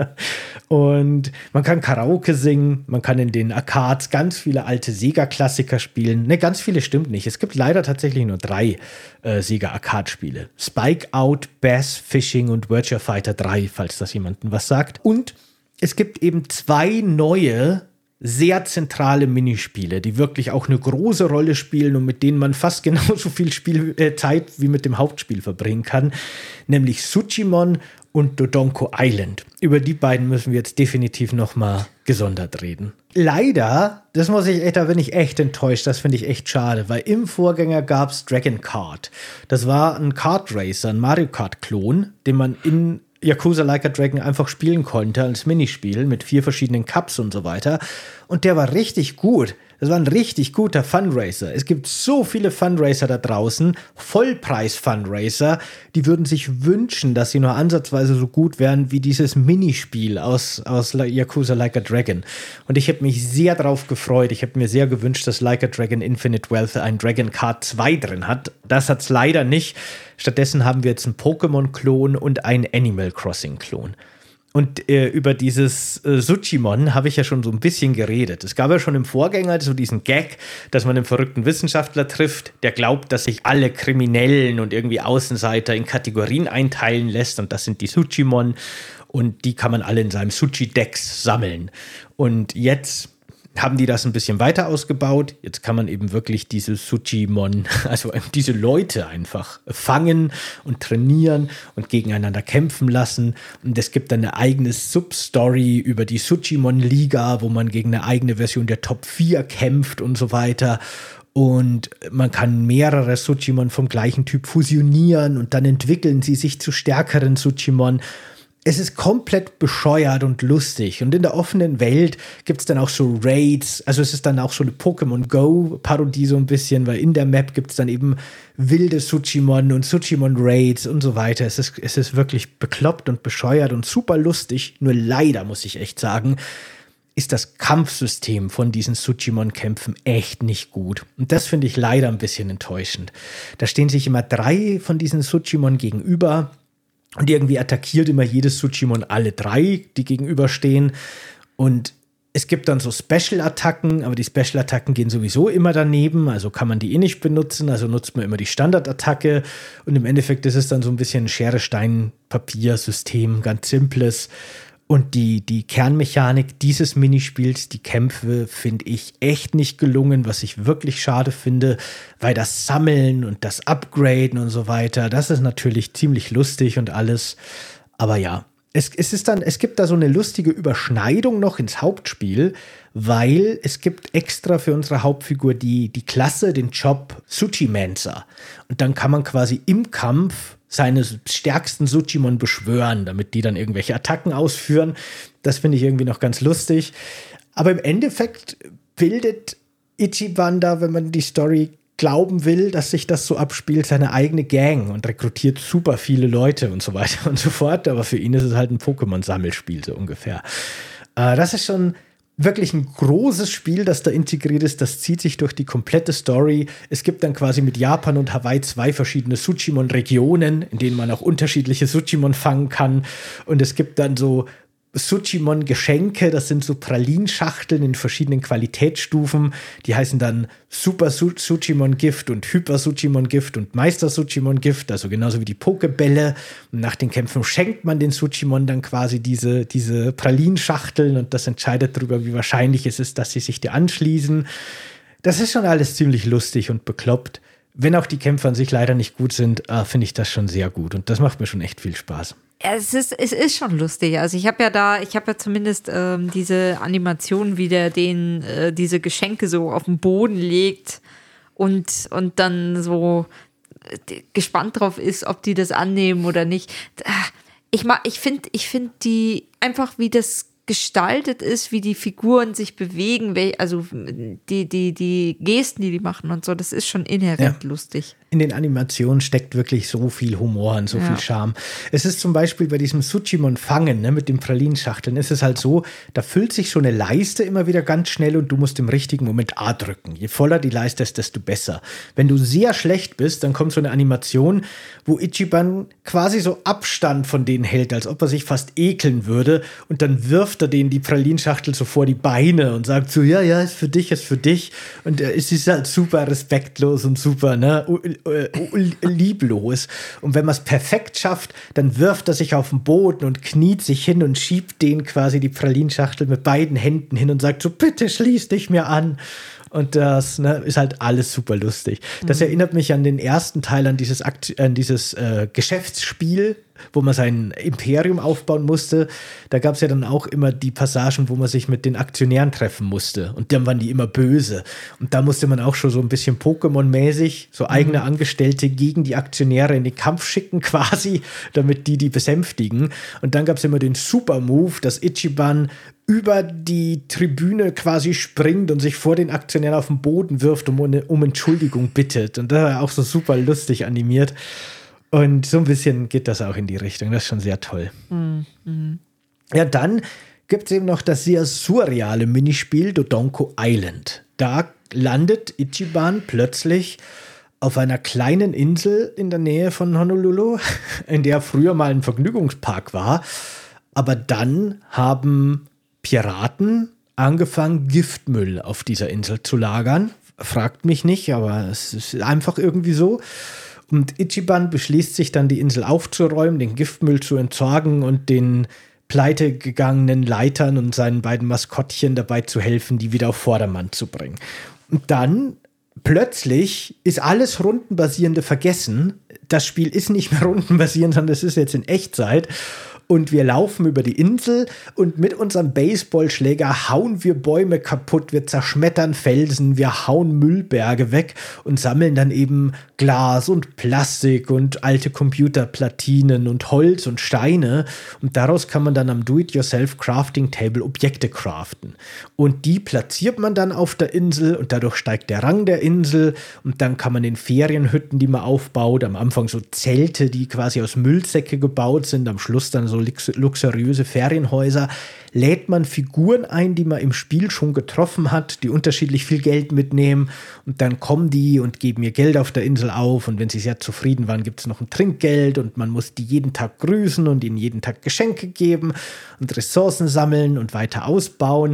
Speaker 1: Und man kann Karaoke singen, man kann in den Arcades ganz viele alte Sega-Klassiker spielen. Ne, ganz viele stimmt nicht. Es gibt leider tatsächlich nur drei äh, Sega-Arcade-Spiele. Spike Out, Bass Fishing und Virtua Fighter drei, falls das jemandem was sagt. Und es gibt eben zwei neue, sehr zentrale Minispiele, die wirklich auch eine große Rolle spielen und mit denen man fast genauso viel Spiel, äh, Zeit wie mit dem Hauptspiel verbringen kann, nämlich Suchimon und Dodonko Island. Über die beiden müssen wir jetzt definitiv noch mal gesondert reden. Leider, das muss ich echt, da bin ich echt enttäuscht, das finde ich echt schade, weil im Vorgänger gab es Dragon Kart. Das war ein Kart Racer, ein Mario Kart-Klon, den man in Yakuza Like a Dragon einfach spielen konnte als Minispiel mit vier verschiedenen Cups und so weiter. Und der war richtig gut. Das war ein richtig guter Funracer. Es gibt so viele Funracer da draußen, Vollpreis-Funracer, die würden sich wünschen, dass sie nur ansatzweise so gut wären wie dieses Minispiel aus, aus Yakuza Like a Dragon. Und ich habe mich sehr drauf gefreut. Ich habe mir sehr gewünscht, dass Like a Dragon Infinite Wealth ein Dragon Kart zwei drin hat. Das hat es leider nicht. Stattdessen haben wir jetzt einen Pokémon-Klon und einen Animal Crossing-Klon. Und äh, über dieses äh, Suchimon habe ich ja schon so ein bisschen geredet. Es gab ja schon im Vorgänger so diesen Gag, dass man einen verrückten Wissenschaftler trifft, der glaubt, dass sich alle Kriminellen und irgendwie Außenseiter in Kategorien einteilen lässt. Und das sind die Suchimon. Und die kann man alle in seinem Suchi-Dex sammeln. Und jetzt haben die das ein bisschen weiter ausgebaut. Jetzt kann man eben wirklich diese Suchimon, also diese Leute einfach fangen und trainieren und gegeneinander kämpfen lassen. Und es gibt dann eine eigene Substory über die Suchimon-Liga, wo man gegen eine eigene Version der Top vier kämpft und so weiter. Und man kann mehrere Suchimon vom gleichen Typ fusionieren und dann entwickeln sie sich zu stärkeren Suchimon. Es ist komplett bescheuert und lustig. Und in der offenen Welt gibt es dann auch so Raids. Also es ist dann auch so eine Pokémon Go-Parodie so ein bisschen, weil in der Map gibt es dann eben wilde Suchimon und Suchimon-Raids und so weiter. Es ist, es ist wirklich bekloppt und bescheuert und super lustig. Nur leider, muss ich echt sagen, ist das Kampfsystem von diesen Suchimon-Kämpfen echt nicht gut. Und das finde ich leider ein bisschen enttäuschend. Da stehen sich immer drei von diesen Suchimon gegenüber. Und irgendwie attackiert immer jedes Suchimon alle drei, die gegenüberstehen. Und es gibt dann so Special-Attacken, aber die Special-Attacken gehen sowieso immer daneben. Also kann man die eh nicht benutzen. Also nutzt man immer die Standardattacke. Und im Endeffekt ist es dann so ein bisschen ein Schere-Stein-Papier-System, ganz simples. Und die, die Kernmechanik dieses Minispiels, die Kämpfe, finde ich echt nicht gelungen, was ich wirklich schade finde, weil das Sammeln und das Upgraden und so weiter, das ist natürlich ziemlich lustig und alles. Aber ja, es, es ist dann, es gibt da so eine lustige Überschneidung noch ins Hauptspiel, weil es gibt extra für unsere Hauptfigur die, die Klasse, den Job Suchimancer. Und dann kann man quasi im Kampf seine stärksten Suchimon beschwören, damit die dann irgendwelche Attacken ausführen. Das finde ich irgendwie noch ganz lustig. Aber im Endeffekt bildet Ichiban da, wenn man die Story glauben will, dass sich das so abspielt, seine eigene Gang und rekrutiert super viele Leute und so weiter und so fort. Aber für ihn ist es halt ein Pokémon-Sammelspiel, so ungefähr. Äh, das ist schon wirklich ein großes Spiel, das da integriert ist. Das zieht sich durch die komplette Story. Es gibt dann quasi mit Japan und Hawaii zwei verschiedene Suchimon-Regionen, in denen man auch unterschiedliche Suchimon fangen kann. Und es gibt dann so Suchimon-Geschenke, das sind so Pralinschachteln in verschiedenen Qualitätsstufen. Die heißen dann Super Su- Suchimon-Gift und Hyper Suchimon-Gift und Meister Suchimon-Gift, also genauso wie die Pokebälle. Und nach den Kämpfen schenkt man den Suchimon dann quasi diese, diese Pralinschachteln und das entscheidet darüber, wie wahrscheinlich es ist, dass sie sich dir anschließen. Das ist schon alles ziemlich lustig und bekloppt. Wenn auch die Kämpfe an sich leider nicht gut sind, äh, finde ich das schon sehr gut und das macht mir schon echt viel Spaß.
Speaker 2: Es ist, es ist schon lustig. Also ich habe ja da, ich habe ja zumindest ähm, diese Animation, wie der den äh, diese Geschenke so auf den Boden legt und, und dann so äh, gespannt drauf ist, ob die das annehmen oder nicht. Ich mag, ich finde, ich finde die einfach, wie das gestaltet ist, wie die Figuren sich bewegen, also die, die, die Gesten, die die machen und so, das ist schon inhärent ja. lustig.
Speaker 1: In den Animationen steckt wirklich so viel Humor und so ja. viel Charme. Es ist zum Beispiel bei diesem Suchimon-Fangen, ne, mit den Pralinschachteln, ist es halt so, da füllt sich so eine Leiste immer wieder ganz schnell und du musst im richtigen Moment A drücken. Je voller die Leiste ist, desto besser. Wenn du sehr schlecht bist, dann kommt so eine Animation, wo Ichiban quasi so Abstand von denen hält, als ob er sich fast ekeln würde und dann wirft er denen die Pralinschachtel so vor die Beine und sagt so, ja, ja, ist für dich, ist für dich. Und es ist halt super respektlos und super, ne, lieblos. Und wenn man es perfekt schafft, dann wirft er sich auf den Boden und kniet sich hin und schiebt denen quasi die Pralinschachtel mit beiden Händen hin und sagt so, bitte schließ dich mir an. Und das ne, ist halt alles super lustig. Das mhm. erinnert mich an den ersten Teil, an dieses, Akt, an dieses äh, Geschäftsspiel, wo man sein Imperium aufbauen musste. Da gab es ja dann auch immer die Passagen, wo man sich mit den Aktionären treffen musste. Und dann waren die immer böse. Und da musste man auch schon so ein bisschen Pokémon-mäßig so eigene Angestellte gegen die Aktionäre in den Kampf schicken quasi, damit die die besänftigen. Und dann gab es immer den Super-Move, dass Ichiban über die Tribüne quasi springt und sich vor den Aktionären auf den Boden wirft und um, um Entschuldigung bittet. Und das war auch so super lustig animiert. Und so ein bisschen geht das auch in die Richtung. Das ist schon sehr toll. Mhm. Ja, dann gibt es eben noch das sehr surreale Minispiel Dodonko Island. Da landet Ichiban plötzlich auf einer kleinen Insel in der Nähe von Honolulu, in der früher mal ein Vergnügungspark war. Aber dann haben Piraten angefangen, Giftmüll auf dieser Insel zu lagern. Fragt mich nicht, aber es ist einfach irgendwie so. Und Ichiban beschließt sich dann, die Insel aufzuräumen, den Giftmüll zu entsorgen und den pleitegegangenen Leitern und seinen beiden Maskottchen dabei zu helfen, die wieder auf Vordermann zu bringen. Und dann plötzlich ist alles Rundenbasierende vergessen. Das Spiel ist nicht mehr rundenbasierend, sondern es ist jetzt in Echtzeit. Und wir laufen über die Insel und mit unserem Baseballschläger hauen wir Bäume kaputt, wir zerschmettern Felsen, wir hauen Müllberge weg und sammeln dann eben Glas und Plastik und alte Computerplatinen und Holz und Steine. Und daraus kann man dann am Do-it-yourself-Crafting-Table Objekte craften. Und die platziert man dann auf der Insel und dadurch steigt der Rang der Insel. Und dann kann man in Ferienhütten, die man aufbaut, am Anfang so Zelte, die quasi aus Müllsäcke gebaut sind, am Schluss dann so luxuriöse Ferienhäuser, lädt man Figuren ein, die man im Spiel schon getroffen hat, die unterschiedlich viel Geld mitnehmen und dann kommen die und geben ihr Geld auf der Insel auf und wenn sie sehr zufrieden waren, gibt es noch ein Trinkgeld und man muss die jeden Tag grüßen und ihnen jeden Tag Geschenke geben und Ressourcen sammeln und weiter ausbauen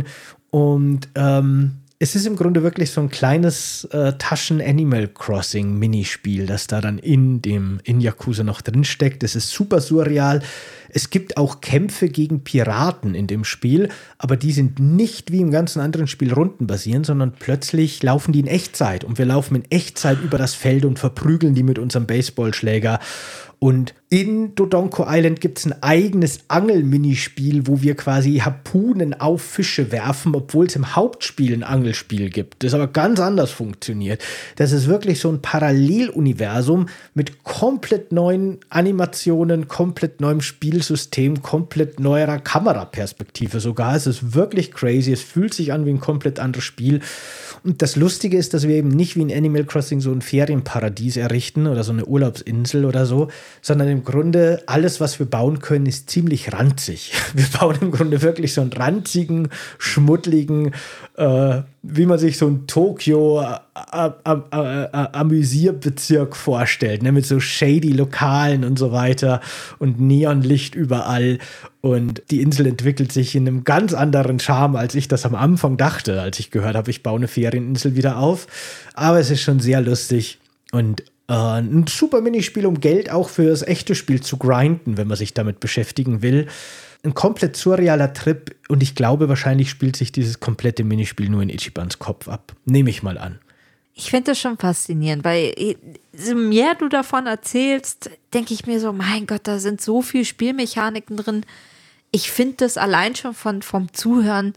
Speaker 1: und ähm, es ist im Grunde wirklich so ein kleines äh, Taschen-Animal Crossing-Minispiel, das da dann in dem in Yakuza noch drin steckt. Es ist super surreal. Es gibt auch Kämpfe gegen Piraten in dem Spiel, aber die sind nicht wie im ganzen anderen Spiel rundenbasierend, sondern plötzlich laufen die in Echtzeit und wir laufen in Echtzeit über das Feld und verprügeln die mit unserem Baseballschläger. Und in Dodonko Island gibt es ein eigenes Angel-Minispiel, wo wir quasi Harpunen auf Fische werfen, obwohl es im Hauptspiel ein Angelspiel gibt. Das aber ganz anders funktioniert. Das ist wirklich so ein Paralleluniversum mit komplett neuen Animationen, komplett neuem Spielsystem, komplett neuerer Kameraperspektive sogar. Es ist wirklich crazy. Es fühlt sich an wie ein komplett anderes Spiel. Und das Lustige ist, dass wir eben nicht wie in Animal Crossing so ein Ferienparadies errichten oder so eine Urlaubsinsel oder so, sondern im Grunde alles, was wir bauen können, ist ziemlich ranzig. Wir bauen im Grunde wirklich so einen ranzigen, schmuddeligen, äh, wie man sich so ein Tokio äh, äh, äh, äh, Amüsierbezirk vorstellt, ne? Mit so shady Lokalen und so weiter und Neonlicht überall. Und die Insel entwickelt sich in einem ganz anderen Charme, als ich das am Anfang dachte, als ich gehört habe, ich baue eine Ferieninsel wieder auf. Aber es ist schon sehr lustig und äh, ein super Minispiel, um Geld auch für das echte Spiel zu grinden, wenn man sich damit beschäftigen will. Ein komplett surrealer Trip und ich glaube, wahrscheinlich spielt sich dieses komplette Minispiel nur in Ichibans Kopf ab. Nehme ich mal an.
Speaker 2: Ich finde das schon faszinierend, weil je mehr du davon erzählst, denke ich mir so, mein Gott, da sind so viele Spielmechaniken drin. Ich finde das allein schon von, vom Zuhören,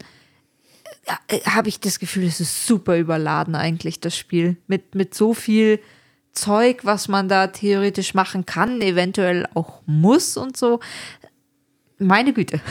Speaker 2: äh, habe ich das Gefühl, es ist super überladen eigentlich, das Spiel. Mit, mit so viel Zeug, was man da theoretisch machen kann, eventuell auch muss und so. Meine Güte.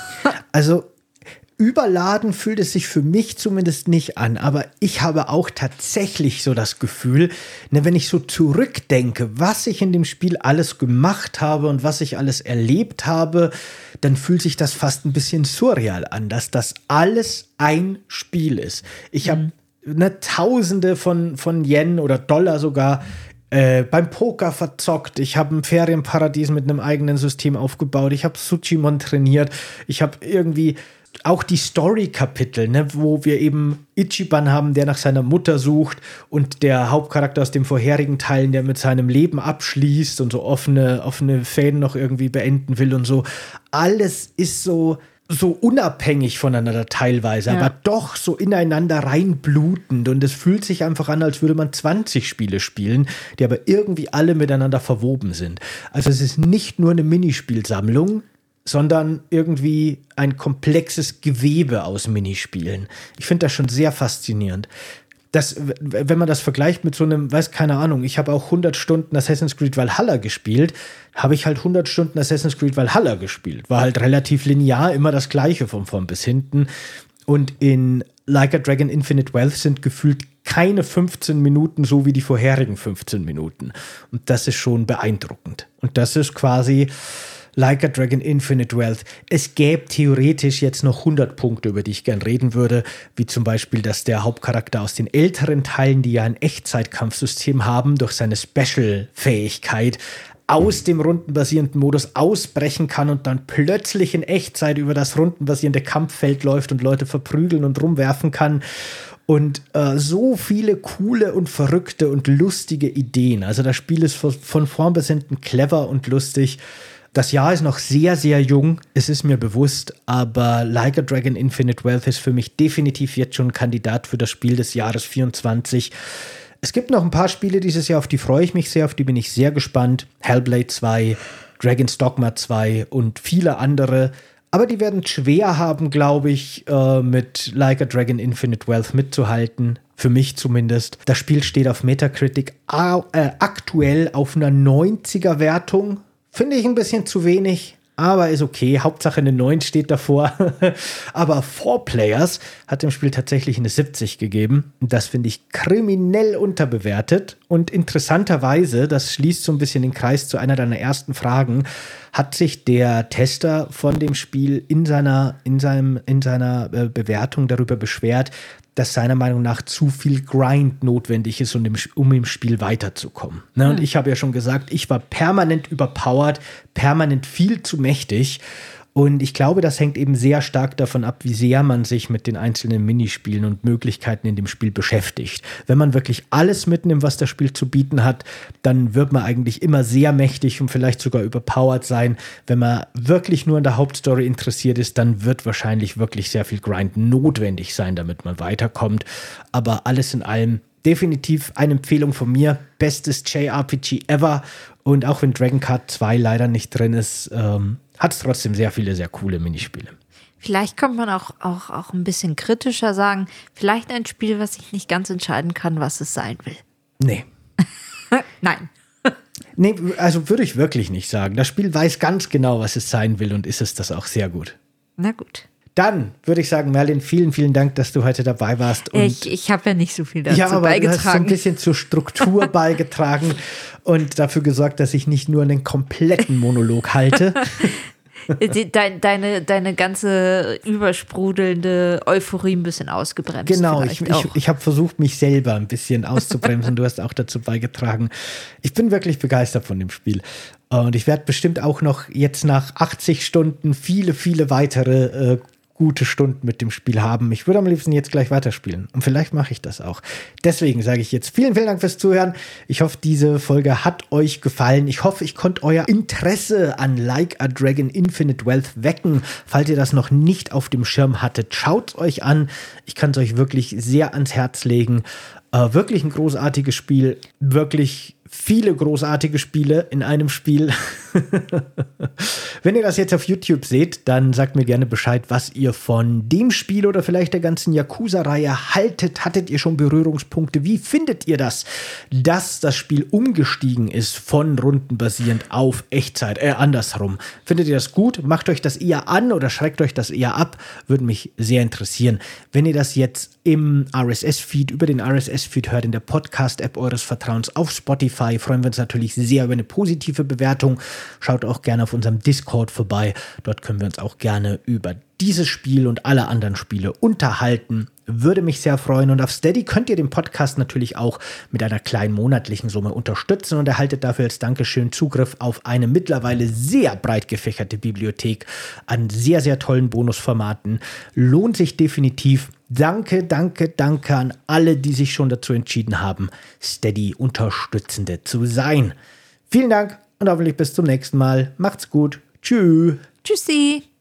Speaker 1: Also überladen fühlt es sich für mich zumindest nicht an, aber ich habe auch tatsächlich so das Gefühl, ne, wenn ich so zurückdenke, was ich in dem Spiel alles gemacht habe und was ich alles erlebt habe, dann fühlt sich das fast ein bisschen surreal an, dass das alles ein Spiel ist. Ich habe ne, Tausende von, von Yen oder Dollar sogar Äh, beim Poker verzockt, ich habe ein Ferienparadies mit einem eigenen System aufgebaut, ich habe Tsuchimon trainiert, ich habe irgendwie auch die Story-Kapitel, ne, wo wir eben Ichiban haben, der nach seiner Mutter sucht und der Hauptcharakter aus dem vorherigen Teilen, der mit seinem Leben abschließt und so offene, offene Fäden noch irgendwie beenden will und so. Alles ist so so unabhängig voneinander teilweise, ja. aber doch so ineinander reinblutend und es fühlt sich einfach an, als würde man zwanzig Spiele spielen, die aber irgendwie alle miteinander verwoben sind. Also es ist nicht nur eine Minispielsammlung, sondern irgendwie ein komplexes Gewebe aus Minispielen. Ich finde das schon sehr faszinierend. Das, wenn man das vergleicht mit so einem, weiß keine Ahnung, ich habe auch hundert Stunden Assassin's Creed Valhalla gespielt, habe ich halt hundert Stunden Assassin's Creed Valhalla gespielt. War halt relativ linear, immer das Gleiche von vorn bis hinten. Und in Like a Dragon Infinite Wealth sind gefühlt keine fünfzehn Minuten so wie die vorherigen fünfzehn Minuten. Und das ist schon beeindruckend. Und das ist quasi Like a Dragon Infinite Wealth. Es gäbe theoretisch jetzt noch hundert Punkte, über die ich gern reden würde, wie zum Beispiel, dass der Hauptcharakter aus den älteren Teilen, die ja ein Echtzeitkampfsystem haben, durch seine Special-Fähigkeit aus dem rundenbasierenden Modus ausbrechen kann und dann plötzlich in Echtzeit über das rundenbasierende Kampffeld läuft und Leute verprügeln und rumwerfen kann. Und äh, so viele coole und verrückte und lustige Ideen. Also das Spiel ist von, von vorn bis hinten clever und lustig. Das Jahr ist noch sehr, sehr jung, es ist mir bewusst, aber Like a Dragon Infinite Wealth ist für mich definitiv jetzt schon ein Kandidat für das Spiel des Jahres vierundzwanzig. Es gibt noch ein paar Spiele dieses Jahr, auf die freue ich mich sehr, auf die bin ich sehr gespannt. Hellblade zwei, Dragon's Dogma zwei und viele andere. Aber die werden schwer haben, glaube ich, äh, mit Like a Dragon Infinite Wealth mitzuhalten. Für mich zumindest. Das Spiel steht auf Metacritic äh, aktuell auf einer neunziger-Wertung. Finde ich ein bisschen zu wenig, aber ist okay. Hauptsache eine neun steht davor. Aber Four Players hat dem Spiel tatsächlich eine siebzig gegeben. Und das finde ich kriminell unterbewertet. Und interessanterweise, das schließt so ein bisschen den Kreis zu einer deiner ersten Fragen, hat sich der Tester von dem Spiel in seiner, in seinem, in seiner äh, Bewertung darüber beschwert, dass seiner Meinung nach zu viel Grind notwendig ist, um im, um im Spiel weiterzukommen. Ne? Und ich habe ja schon gesagt, ich war permanent überpowered, permanent viel zu mächtig. Und ich glaube, das hängt eben sehr stark davon ab, wie sehr man sich mit den einzelnen Minispielen und Möglichkeiten in dem Spiel beschäftigt. Wenn man wirklich alles mitnimmt, was das Spiel zu bieten hat, dann wird man eigentlich immer sehr mächtig und vielleicht sogar überpowered sein. Wenn man wirklich nur an der Hauptstory interessiert ist, dann wird wahrscheinlich wirklich sehr viel Grind notwendig sein, damit man weiterkommt. Aber alles in allem definitiv eine Empfehlung von mir. Bestes J R P G ever. Und auch wenn Dragon Card zwei leider nicht drin ist, ähm, hat es trotzdem sehr viele, sehr coole Minispiele.
Speaker 2: Vielleicht könnte man auch, auch, auch ein bisschen kritischer sagen, vielleicht ein Spiel, was ich nicht ganz entscheiden kann, was es sein will.
Speaker 1: Nee.
Speaker 2: Nein.
Speaker 1: Nee, also würde ich wirklich nicht sagen. Das Spiel weiß ganz genau, was es sein will und ist es das auch sehr gut.
Speaker 2: Na gut.
Speaker 1: Dann würde ich sagen, Merlin, vielen, vielen Dank, dass du heute dabei warst. Und
Speaker 2: ich ich habe ja nicht so viel dazu
Speaker 1: ja, aber
Speaker 2: beigetragen.
Speaker 1: Du hast so ein bisschen zur Struktur beigetragen und dafür gesorgt, dass ich nicht nur einen kompletten Monolog halte.
Speaker 2: Deine, deine, deine ganze übersprudelnde Euphorie ein bisschen ausgebremst.
Speaker 1: Genau, ich, ich, ich habe versucht, mich selber ein bisschen auszubremsen. Du hast auch dazu beigetragen. Ich bin wirklich begeistert von dem Spiel. Und ich werde bestimmt auch noch jetzt nach achtzig Stunden viele, viele weitere äh, gute Stunden mit dem Spiel haben. Ich würde am liebsten jetzt gleich weiterspielen. Und vielleicht mache ich das auch. Deswegen sage ich jetzt vielen, vielen Dank fürs Zuhören. Ich hoffe, diese Folge hat euch gefallen. Ich hoffe, ich konnte euer Interesse an Like a Dragon Infinite Wealth wecken. Falls ihr das noch nicht auf dem Schirm hattet, schaut es euch an. Ich kann es euch wirklich sehr ans Herz legen. Äh, wirklich ein großartiges Spiel. Wirklich viele großartige Spiele in einem Spiel. Wenn ihr das jetzt auf YouTube seht, dann sagt mir gerne Bescheid, was ihr von dem Spiel oder vielleicht der ganzen Yakuza-Reihe haltet. Hattet ihr schon Berührungspunkte? Wie findet ihr das, dass das Spiel umgestiegen ist von rundenbasierend auf Echtzeit? Äh, andersrum. Findet ihr das gut? Macht euch das eher an oder schreckt euch das eher ab? Würde mich sehr interessieren. Wenn ihr das jetzt im R S S-Feed, über den R S S-Feed hört, in der Podcast-App eures Vertrauens auf Spotify, freuen wir uns natürlich sehr über eine positive Bewertung. Schaut auch gerne auf unserem Discord vorbei. Dort können wir uns auch gerne über dieses Spiel und alle anderen Spiele unterhalten. Würde mich sehr freuen. Und auf Steady könnt ihr den Podcast natürlich auch mit einer kleinen monatlichen Summe unterstützen und erhaltet dafür als Dankeschön Zugriff auf eine mittlerweile sehr breit gefächerte Bibliothek an sehr, sehr tollen Bonusformaten. Lohnt sich definitiv. Danke, danke, danke an alle, die sich schon dazu entschieden haben, Steady-Unterstützende zu sein. Vielen Dank und hoffentlich bis zum nächsten Mal. Macht's gut. Tschüss.
Speaker 2: Tschüssi.